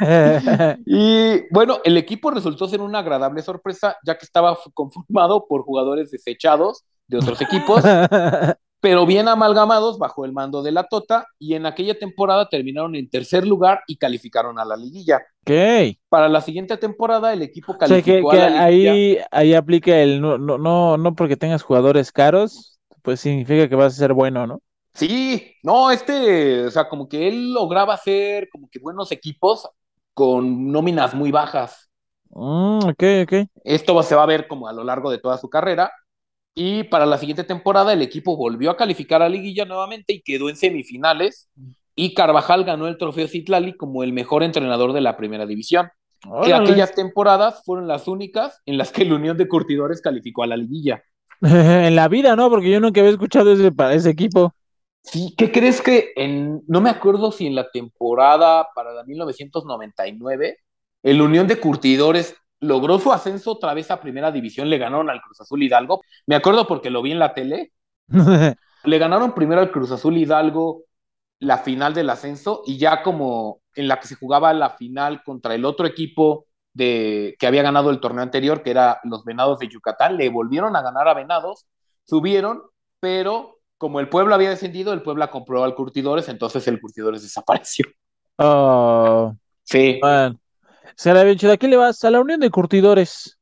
Y bueno, el equipo resultó ser una agradable sorpresa, ya que estaba conformado por jugadores desechados de otros equipos, pero bien amalgamados bajo el mando de la Tota, y en aquella temporada terminaron en tercer lugar y calificaron a la liguilla. Ok. Para la siguiente temporada, el equipo O sea, que, calificó que a la liguilla. ahí, ahí aplica el no, no, no, no porque tengas jugadores caros, pues significa que vas a ser bueno, ¿no? Sí, no, este, o sea, como que él lograba hacer como que buenos equipos con nóminas muy bajas. Mm, ok, ok. Esto se va a ver como a lo largo de toda su carrera. Y para la siguiente temporada el equipo volvió a calificar a liguilla nuevamente y quedó en semifinales. Y Carvajal ganó el trofeo Citlali como el mejor entrenador de la primera división. Y Órale. aquellas temporadas fueron las únicas en las que el Unión de Curtidores calificó a la liguilla. En la vida, ¿no? Porque yo nunca había escuchado ese, para ese equipo. Sí, ¿qué crees que en, no me acuerdo si en la temporada para la mil novecientos noventa y nueve, el Unión de Curtidores logró su ascenso otra vez a primera división, le ganaron al Cruz Azul Hidalgo, me acuerdo porque lo vi en la tele, le ganaron primero al Cruz Azul Hidalgo la final del ascenso, y ya como en la que se jugaba la final contra el otro equipo de, que había ganado el torneo anterior, que era los Venados de Yucatán, le volvieron a ganar a Venados, subieron, pero como el Puebla había descendido, el Puebla compró al Curtidores, entonces el Curtidores desapareció. Oh, sí. Man. Será bien chido. ¿A quién le vas? A la Unión de Curtidores.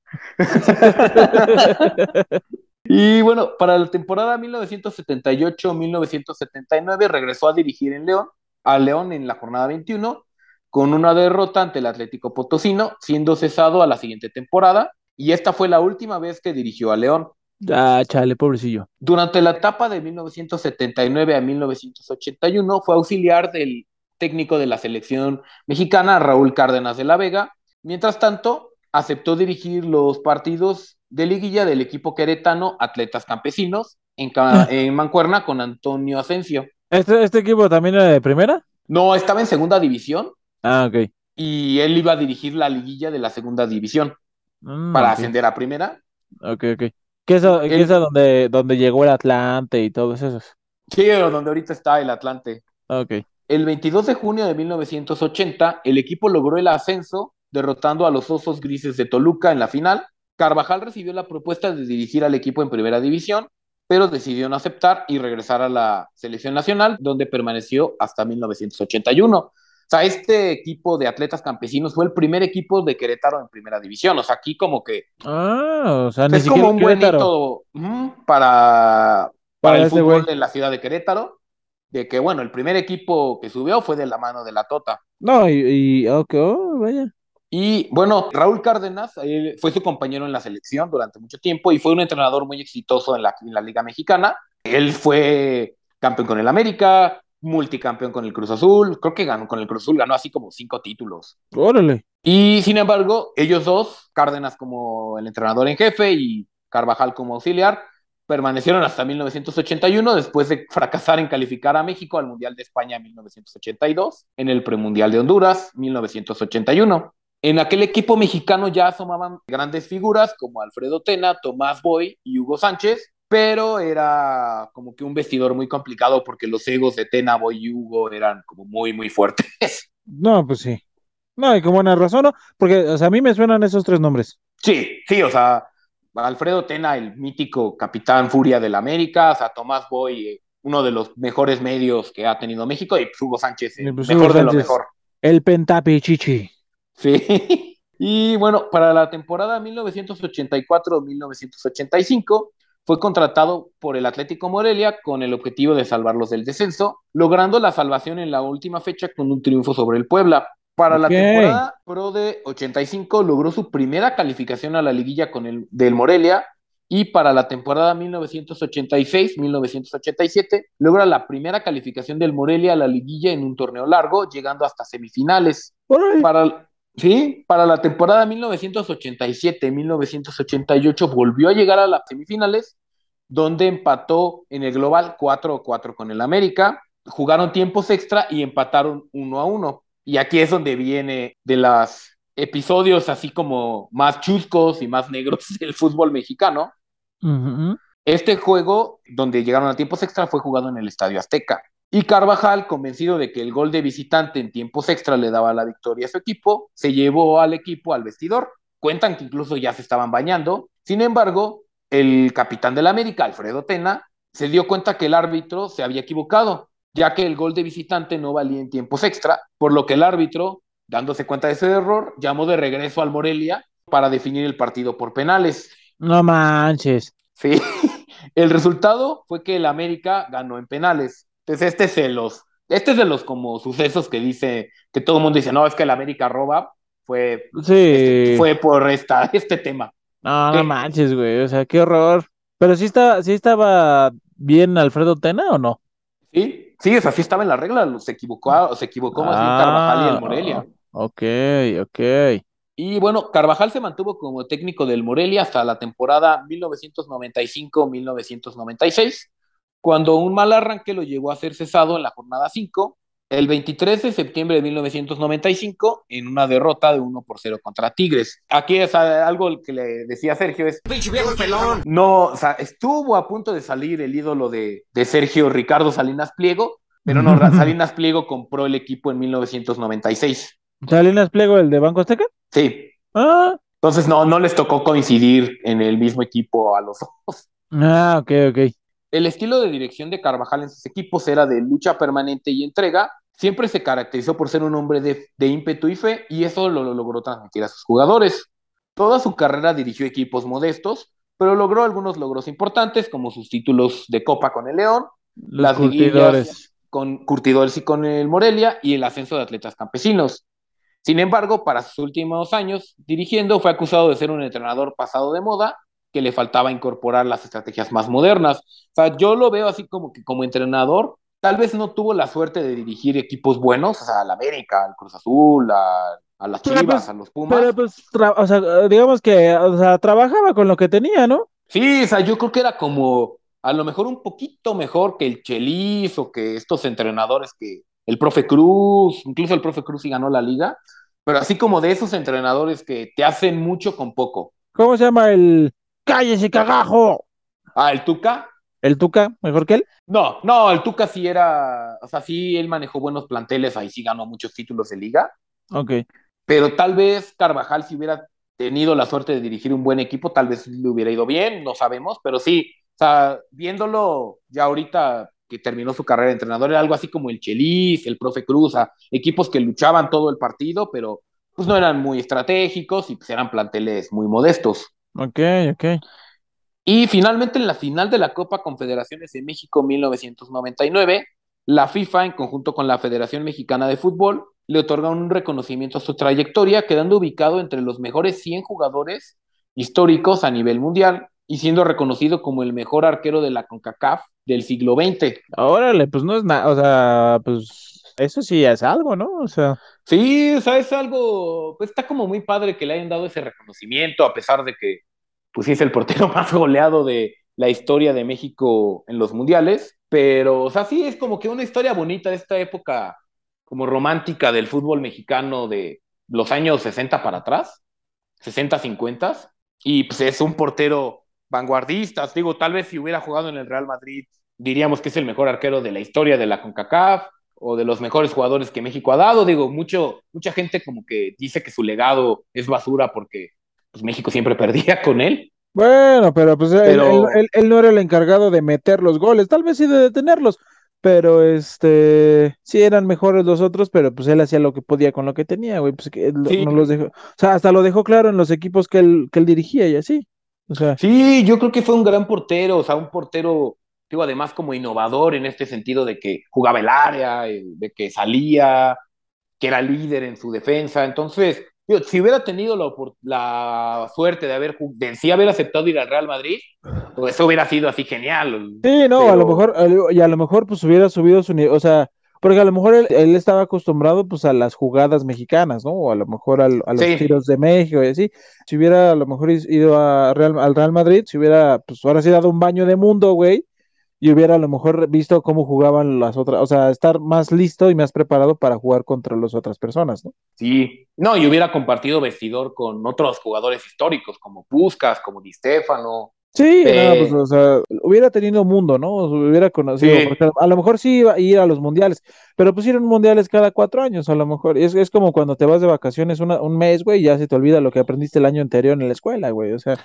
Y bueno, para la temporada mil novecientos setenta y ocho mil novecientos setenta y nueve regresó a dirigir en León, a León en la jornada veintiuno, con una derrota ante el Atlético Potosino, siendo cesado a la siguiente temporada, y esta fue la última vez que dirigió a León. Ah, chale, pobrecillo. Durante la etapa de mil novecientos setenta y nueve a mil novecientos ochenta y uno fue auxiliar del técnico de la selección mexicana, Raúl Cárdenas de la Vega. Mientras tanto, aceptó dirigir los partidos de liguilla del equipo queretano Atletas Campesinos en, en Mancuerna con Antonio Asensio. ¿Este, ¿Este equipo también era de primera? No, estaba en segunda división. Ah, ok. Y él iba a dirigir la liguilla de la segunda división mm, para okay. ascender a primera. Ok, ok. ¿Qué es, ¿qué el, es donde, donde llegó el Atlante y todos esos? Sí, donde ahorita está el Atlante. Ok. El veintidós de junio de mil novecientos ochenta, el equipo logró el ascenso derrotando a los Osos Grises de Toluca en la final. Carvajal recibió la propuesta de dirigir al equipo en primera división, pero decidió no aceptar y regresar a la selección nacional, donde permaneció hasta mil novecientos ochenta y uno. O sea, este equipo de Atletas Campesinos fue el primer equipo de Querétaro en primera división. O sea, aquí como que... Ah, o sea, es como un buen hito uh, para, para, para el fútbol de la ciudad de Querétaro. De que, bueno, el primer equipo que subió fue de la mano de la Tota. No, y, y ok, oh, vaya. Y bueno, Raúl Cárdenas él fue su compañero en la selección durante mucho tiempo y fue un entrenador muy exitoso en la, en la Liga Mexicana. Él fue campeón con el América, multicampeón con el Cruz Azul, creo que ganó con el Cruz Azul, ganó así como cinco títulos. Órale. Y sin embargo, ellos dos, Cárdenas como el entrenador en jefe y Carvajal como auxiliar, permanecieron hasta mil novecientos ochenta y uno después de fracasar en calificar a México al Mundial de España en mil novecientos ochenta y dos, en el Premundial de Honduras mil novecientos ochenta y uno. En aquel equipo mexicano ya asomaban grandes figuras como Alfredo Tena, Tomás Boy y Hugo Sánchez, pero era como que un vestidor muy complicado porque los egos de Tena, Boy y Hugo eran como muy, muy fuertes. No, pues sí. No, y con buena razón, ¿no? Porque, o sea, a mí me suenan esos tres nombres. Sí, sí, o sea, Alfredo Tena, el mítico capitán furia del América, o sea, Tomás Boy, uno de los mejores medios que ha tenido México, y Hugo Sánchez, el pues mejor Hugo de Sánchez, lo mejor. El Pentapichichi. Sí. Y bueno, para la temporada mil novecientos ochenta y cuatro mil novecientos ochenta y cinco fue contratado por el Atlético Morelia con el objetivo de salvarlos del descenso, logrando la salvación en la última fecha con un triunfo sobre el Puebla. Para okay. la temporada pro de ochenta y cinco logró su primera calificación a la liguilla con el del Morelia, y para la temporada mil novecientos ochenta y seis mil novecientos ochenta y siete logra la primera calificación del Morelia a la liguilla en un torneo largo, llegando hasta semifinales. Ay. Para Sí, para la temporada mil novecientos ochenta y siete mil novecientos ochenta y ocho volvió a llegar a las semifinales, donde empató en el global cuatro a cuatro con el América, jugaron tiempos extra y empataron uno a uno. Y aquí es donde viene de los episodios así como más chuscos y más negros del fútbol mexicano. Uh-huh. Este juego, donde llegaron a tiempos extra, fue jugado en el Estadio Azteca. Y Carvajal, convencido de que el gol de visitante en tiempos extra le daba la victoria a su equipo, se llevó al equipo al vestidor. Cuentan que incluso ya se estaban bañando. Sin embargo, el capitán del América, Alfredo Tena, se dio cuenta que el árbitro se había equivocado, ya que el gol de visitante no valía en tiempos extra, por lo que el árbitro, dándose cuenta de ese error, llamó de regreso al Morelia para definir el partido por penales. No manches. Sí. El resultado fue que el América ganó en penales. Entonces este es de los, este es de los como sucesos que dice, que todo el mundo dice, no, es que el América roba, fue, sí. este, fue por esta, este tema. No, no manches, güey, o sea, qué horror. Pero sí, está, sí estaba bien Alfredo Tena, ¿o no? Sí, sí, o sea, sí estaba en la regla, se equivocó, se equivocó más ah, bien Carvajal y el Morelia. Ok, ok. Y bueno, Carvajal se mantuvo como técnico del Morelia hasta la temporada mil novecientos noventa y cinco mil novecientos noventa y seis, cuando un mal arranque lo llevó a ser cesado en la jornada cinco, el veintitrés de septiembre de mil novecientos noventa y cinco, en una derrota de uno por cero contra Tigres. Aquí es algo que le decía Sergio, es... ¡Pinche viejo pelón! No, o sea, estuvo a punto de salir el ídolo de, de Sergio, Ricardo Salinas Pliego, pero no, Salinas Pliego compró el equipo en mil novecientos noventa y seis. ¿Salinas Pliego, el de Banco Azteca? Sí. Ah. Entonces no, no les tocó coincidir en el mismo equipo a los dos. Ah, ok, ok. El estilo de dirección de Carvajal en sus equipos era de lucha permanente y entrega. Siempre se caracterizó por ser un hombre de, de ímpetu y fe, y eso lo, lo logró transmitir a sus jugadores. Toda su carrera dirigió equipos modestos, pero logró algunos logros importantes, como sus títulos de Copa con el León, Los las liguillas curtidores. con Curtidores y con el Morelia, y el ascenso de Atletas Campesinos. Sin embargo, para sus últimos años dirigiendo, fue acusado de ser un entrenador pasado de moda, que le faltaba incorporar las estrategias más modernas. O sea, yo lo veo así como que como entrenador, tal vez no tuvo la suerte de dirigir equipos buenos, o sea, al América, al Cruz Azul, a, a las Pero Chivas, pues, a los Pumas. pero pues, tra- o sea, digamos que, o sea, trabajaba con lo que tenía, ¿no? Sí, o sea, yo creo que era como a lo mejor un poquito mejor que el Chelis o que estos entrenadores que el profe Cruz, incluso el profe Cruz sí ganó la liga, pero así como de esos entrenadores que te hacen mucho con poco. ¿Cómo se llama el cállese, cagajo? Ah, el Tuca. ¿El Tuca mejor que él? No, no, el Tuca sí era, o sea, sí él manejó buenos planteles, ahí sí ganó muchos títulos de liga, Ok. pero tal vez Carvajal si hubiera tenido la suerte de dirigir un buen equipo, tal vez le hubiera ido bien, no sabemos, pero sí, o sea, viéndolo ya ahorita que terminó su carrera de entrenador, era algo así como el Chelis, el profe Cruz, a equipos que luchaban todo el partido, pero pues no eran muy estratégicos y pues eran planteles muy modestos. Ok, ok. Y finalmente en la final de la Copa Confederaciones de México mil novecientos noventa y nueve, la FIFA, en conjunto con la Federación Mexicana de Fútbol, le otorga un reconocimiento a su trayectoria, quedando ubicado entre los mejores cien jugadores históricos a nivel mundial y siendo reconocido como el mejor arquero de la CONCACAF del siglo veinte. Órale, pues no es nada, o sea, pues eso sí es algo, ¿no? O sea, Sí, o sea, es algo, pues está como muy padre que le hayan dado ese reconocimiento, a pesar de que, pues sí es el portero más goleado de la historia de México en los mundiales, pero, o sea, sí es como que una historia bonita de esta época como romántica del fútbol mexicano de los años sesenta para atrás, sesenta, cincuenta, y pues es un portero vanguardista, digo, tal vez si hubiera jugado en el Real Madrid, diríamos que es el mejor arquero de la historia de la CONCACAF, o de los mejores jugadores que México ha dado. Digo, mucho, mucha gente como que dice que su legado es basura porque pues, México siempre perdía con él. bueno, pero pues él, Pero él- él- él no era el encargado de meter los goles, tal vez sí de detenerlos, pero este, sí eran mejores los otros, pero pues él hacía lo que podía con lo que tenía, güey, pues que él sí, no los dejó, o sea, hasta lo dejó claro en los equipos que él, que él dirigía y así, o sea, sí, yo creo que fue un gran portero, o sea, un portero, digo, además como innovador en este sentido de que jugaba el área, eh, de que salía, que era líder en su defensa. Entonces, yo, si hubiera tenido la, la, suerte de haber, de sí haber aceptado ir al Real Madrid, pues eso hubiera sido así genial. sí, no, a lo Pero mejor, a- y a lo mejor pues hubiera subido su nivel, o sea, porque a lo mejor él, él estaba acostumbrado pues a las jugadas mexicanas, ¿no? O a lo mejor al- a los sí, tiros de México y así. Si hubiera a lo mejor is- ido a Real, al Real Madrid, si hubiera pues ahora sí dado un baño de mundo, güey, y hubiera a lo mejor visto cómo jugaban las otras, o sea, estar más listo y más preparado para jugar contra las otras personas, ¿no? sí. No, y hubiera compartido vestidor con otros jugadores históricos como Puskás, como Di Stéfano. Sí, no, pues, Eh, o sea, hubiera tenido mundo, ¿no? O sea, hubiera conocido, sí, porque a lo mejor sí iba a ir a los mundiales, pero pues ir a mundiales cada cuatro años, a lo mejor. Es, es como cuando te vas de vacaciones una- un mes, güey, y ya se te olvida lo que aprendiste el año anterior en la escuela, güey, o sea.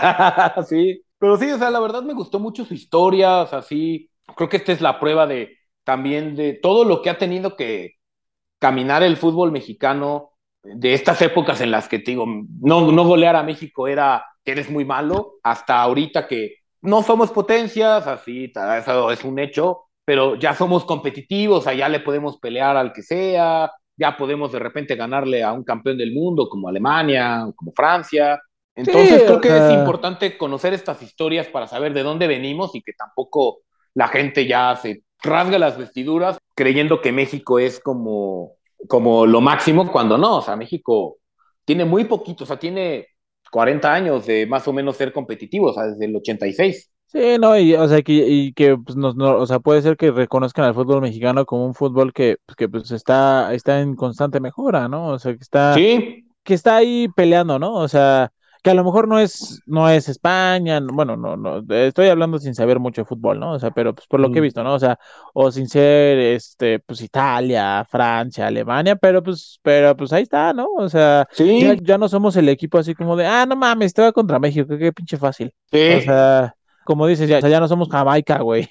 sí. Pero sí, o sea, la verdad me gustó mucho su historia, o sea, sí, creo que esta es la prueba de también de todo lo que ha tenido que caminar el fútbol mexicano de estas épocas en las que te digo, no, no golear a México era que eres muy malo, hasta ahorita que no somos potencias, así, eso es un hecho, pero ya somos competitivos, allá le podemos pelear al que sea, ya podemos de repente ganarle a un campeón del mundo como Alemania, como Francia. Sí, Entonces creo o que es sea, importante conocer estas historias para saber de dónde venimos y que tampoco la gente ya se rasga las vestiduras creyendo que México es como, como lo máximo, cuando no, o sea, México tiene muy poquito, o sea, tiene cuarenta años de más o menos ser competitivo, o sea, desde el ochenta y seis. sí, no, y, o sea, que, y que, pues, nos, no, o sea, puede ser que reconozcan al fútbol mexicano como un fútbol que, pues, que, pues, está, está en constante mejora, ¿no? O sea, que está, Sí, que está ahí peleando, ¿no? O sea, que a lo mejor no es, no es España, no- bueno, no, no, eh, estoy hablando sin saber mucho de fútbol, ¿no? O sea, pero pues por lo que he mm, visto, ¿no? O sea, o sin ser, este, pues Italia, Francia, Alemania, pero pues, pero pues ahí está, ¿no? O sea, ya, sí, ya no somos el equipo así como de, ah, no mames, te va contra México, qué, qué pinche fácil. O sí. sea, Como dices, ya, o sea, ya no somos Jamaica, güey.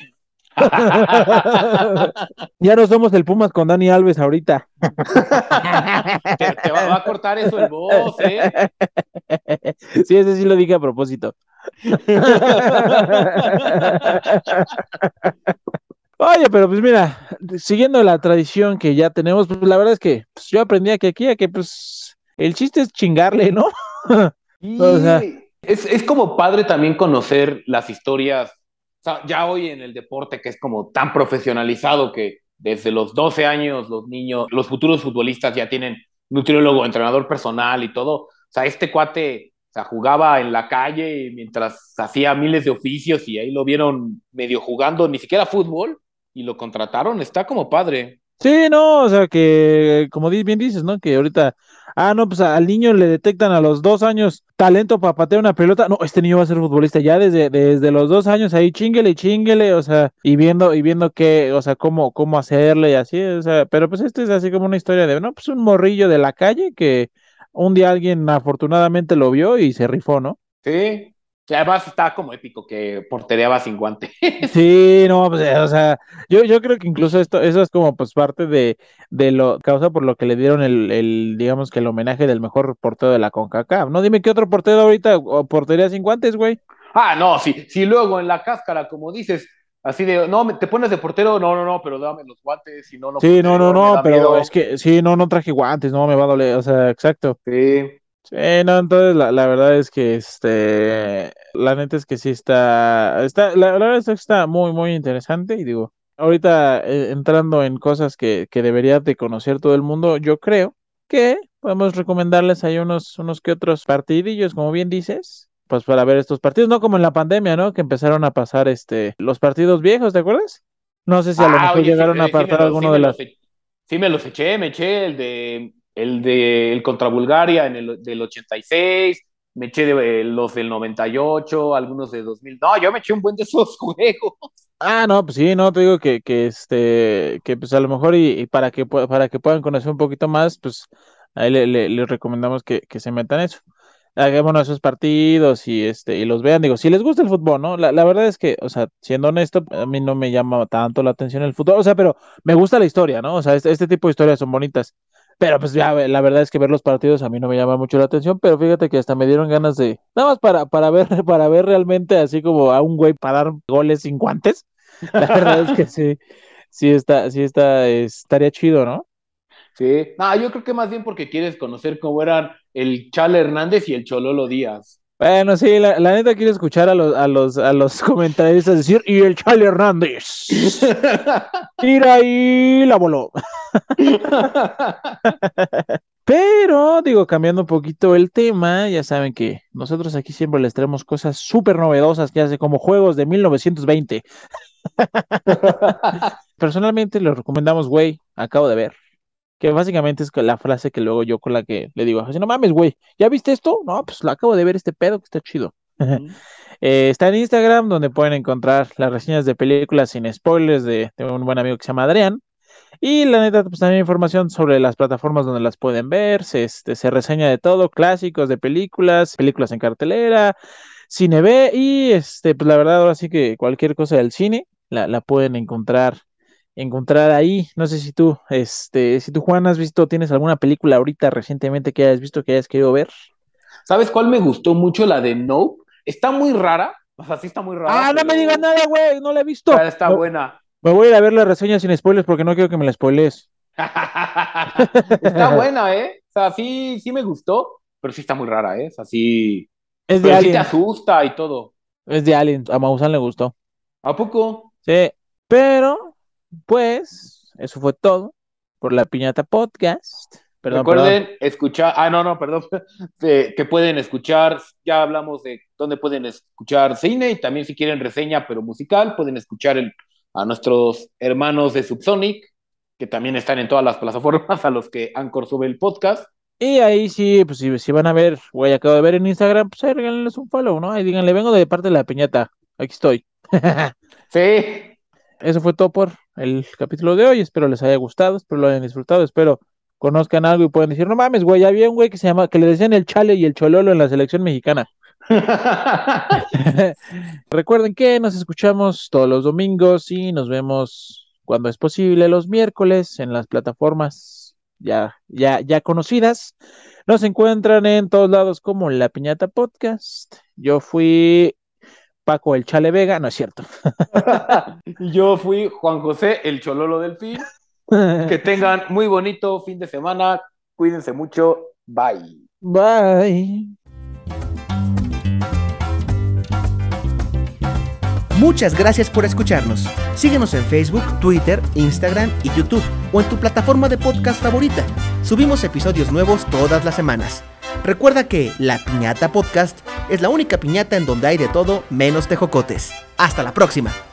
Ya no somos el Pumas con Dani Alves ahorita. Te, te va, va a cortar eso el boss, ¿eh? Sí, ese sí lo dije a propósito. Oye, pero pues mira, siguiendo la tradición que ya tenemos, pues la verdad es que pues, yo aprendí aquí, aquí a que pues el chiste es chingarle, ¿no? Y O sea, es, es como padre también conocer las historias, o sea, ya hoy en el deporte que es como tan profesionalizado que desde los doce años los niños, los futuros futbolistas ya tienen nutriólogo, entrenador personal y todo. O sea, este cuate, o sea, jugaba en la calle mientras hacía miles de oficios y ahí lo vieron medio jugando, ni siquiera fútbol, y lo contrataron. Está como padre. sí, no, o sea que, como di- bien dices, ¿no? Que ahorita, ah, no, pues al niño le detectan a los dos años talento para patear una pelota. No, este niño va a ser futbolista ya desde, desde los dos años ahí, chinguele, chinguele, o sea, y viendo, y viendo qué, o sea, cómo, cómo hacerle y así, o sea, pero pues este es así como una historia de, no, pues un morrillo de la calle que un día alguien afortunadamente lo vio y se rifó, ¿no? Sí. Y además está como épico que portereaba sin guante. Sí, no, pues, eh, o sea, yo, yo creo que incluso esto, eso es como pues parte de, de lo, causa por lo que le dieron el, el, digamos que el homenaje del mejor portero de la CONCACAF, ¿no? Dime qué otro portero ahorita, o portería sin guantes, güey. Ah, no, sí, sí, luego en la cáscara, como dices, así de, no, me- te pones de portero, no, no, no, pero dame los guantes, si no, no Sí, no, no, portereo, me no, da pero es miedo. que, sí, no, no traje guantes, no, me va a doler, o sea, exacto. Sí. Sí, no, entonces la, la verdad es que, este, la neta es que sí está, está, la, la verdad es que está muy, muy interesante y digo, ahorita eh, entrando en cosas que, que debería de conocer todo el mundo, yo creo que podemos recomendarles ahí unos, unos que otros partidillos, como bien dices, pues para ver estos partidos, no como en la pandemia, ¿no? Que empezaron a pasar, este, los partidos viejos, ¿te acuerdas? No sé si a lo Ah, mejor oye, sí, llegaron a eh, sí me apartar los, sí alguno me de las... los, e- sí me los eché, me eché el de, el de, el contra Bulgaria en el del ochenta y seis, me eché de, eh, los del noventa y ocho, algunos de dos mil. No, yo me eché un buen de esos juegos. Ah, no, pues sí, no, te digo que, que este, que pues a lo mejor y, y para que pue- para que puedan conocer un poquito más, pues ahí le, le- les recomendamos que, que se metan eso. Hagámonos esos partidos y este, y los vean. Digo, si les gusta el fútbol, ¿no? La, la verdad es que, o sea, siendo honesto, a mí no me llama tanto la atención el fútbol, o sea, pero me gusta la historia, ¿no? O sea, este, este tipo de historias son bonitas. Pero pues ya, la verdad es que ver los partidos a mí no me llama mucho la atención, pero fíjate que hasta me dieron ganas de, nada más para, para ver, para ver realmente así como a un güey para dar goles sin guantes. La verdad es que sí, sí está, sí está, estaría chido, ¿no? Sí, no, yo creo que más bien porque quieres conocer cómo eran el Chale Hernández y el Chololo Díaz. Bueno, sí, la, la neta quiero escuchar a los, a los, a los comentaristas decir, y el Charlie Hernández. Tira y la voló. Pero, digo, cambiando un poquito el tema, ya saben que nosotros aquí siempre les traemos cosas súper novedosas que hace como juegos de mil novecientos veinte. Personalmente les recomendamos, güey, acabo de ver. Que básicamente es que la frase que luego yo con la que le digo, así, no mames, güey, ¿ya viste esto? No, pues lo acabo de ver este pedo que está chido. Eh, está en Instagram, donde pueden encontrar las reseñas de películas sin spoilers de, de un buen amigo que se llama Adrián. Y la neta, pues también información sobre las plataformas donde las pueden ver. Se, este, se reseña de todo, clásicos de películas, películas en cartelera, cine B. Y este, pues la verdad, ahora sí que cualquier cosa del cine la, la pueden encontrar encontrar ahí. No sé si tú, este, si tú, Juan, has visto, tienes alguna película ahorita recientemente que hayas visto que hayas querido ver. ¿Sabes cuál me gustó mucho? La de Nope. Está muy rara, o sea, sí está muy rara. Ah, no pero... me digas nada, güey, no la he visto. Pero está Me, buena. me voy a ir a ver la reseña sin spoilers porque no quiero que me la spoilees. Está buena, ¿eh? O sea, sí, sí me gustó, pero sí está muy rara, ¿eh? O sea, sí. Es de Pero sí te Alien. asusta y todo. Es de Alien. A Maussan le gustó. ¿A poco? Sí, pero, pues, eso fue todo por la Piñata Podcast. Perdón, Recuerden perdón. escuchar, ah, no, no, perdón, que, que pueden escuchar, ya hablamos de dónde pueden escuchar cine y también si quieren reseña, pero musical, pueden escuchar el, a nuestros hermanos de Subsonic, que también están en todas las plataformas a los que Anchor sube el podcast. Y ahí sí, pues si, si van a ver, güey, acabo de ver en Instagram, pues ahí regálenles un follow, ¿no? Ahí díganle, vengo de parte de la Piñata. Aquí estoy. Sí. Eso fue todo por el capítulo de hoy. Espero les haya gustado, espero lo hayan disfrutado, espero conozcan algo y puedan decir, no mames, güey, había un güey que se llama, que le decían el Chale y el Chololo en la selección mexicana. Recuerden que nos escuchamos todos los domingos y nos vemos cuando es posible los miércoles en las plataformas ya, ya, ya conocidas. Nos encuentran en todos lados como La Piñata Podcast. Yo fui Paco el Chale Vega, no es cierto. Yo fui Juan José el Chololo Delfín. Que tengan muy bonito fin de semana. Cuídense mucho. Bye. Bye. Muchas gracias por escucharnos. Síguenos en Facebook, Twitter, Instagram y YouTube o en tu plataforma de podcast favorita. Subimos episodios nuevos todas las semanas. Recuerda que La Piñata Podcast es la única piñata en donde hay de todo menos tejocotes. Hasta la próxima.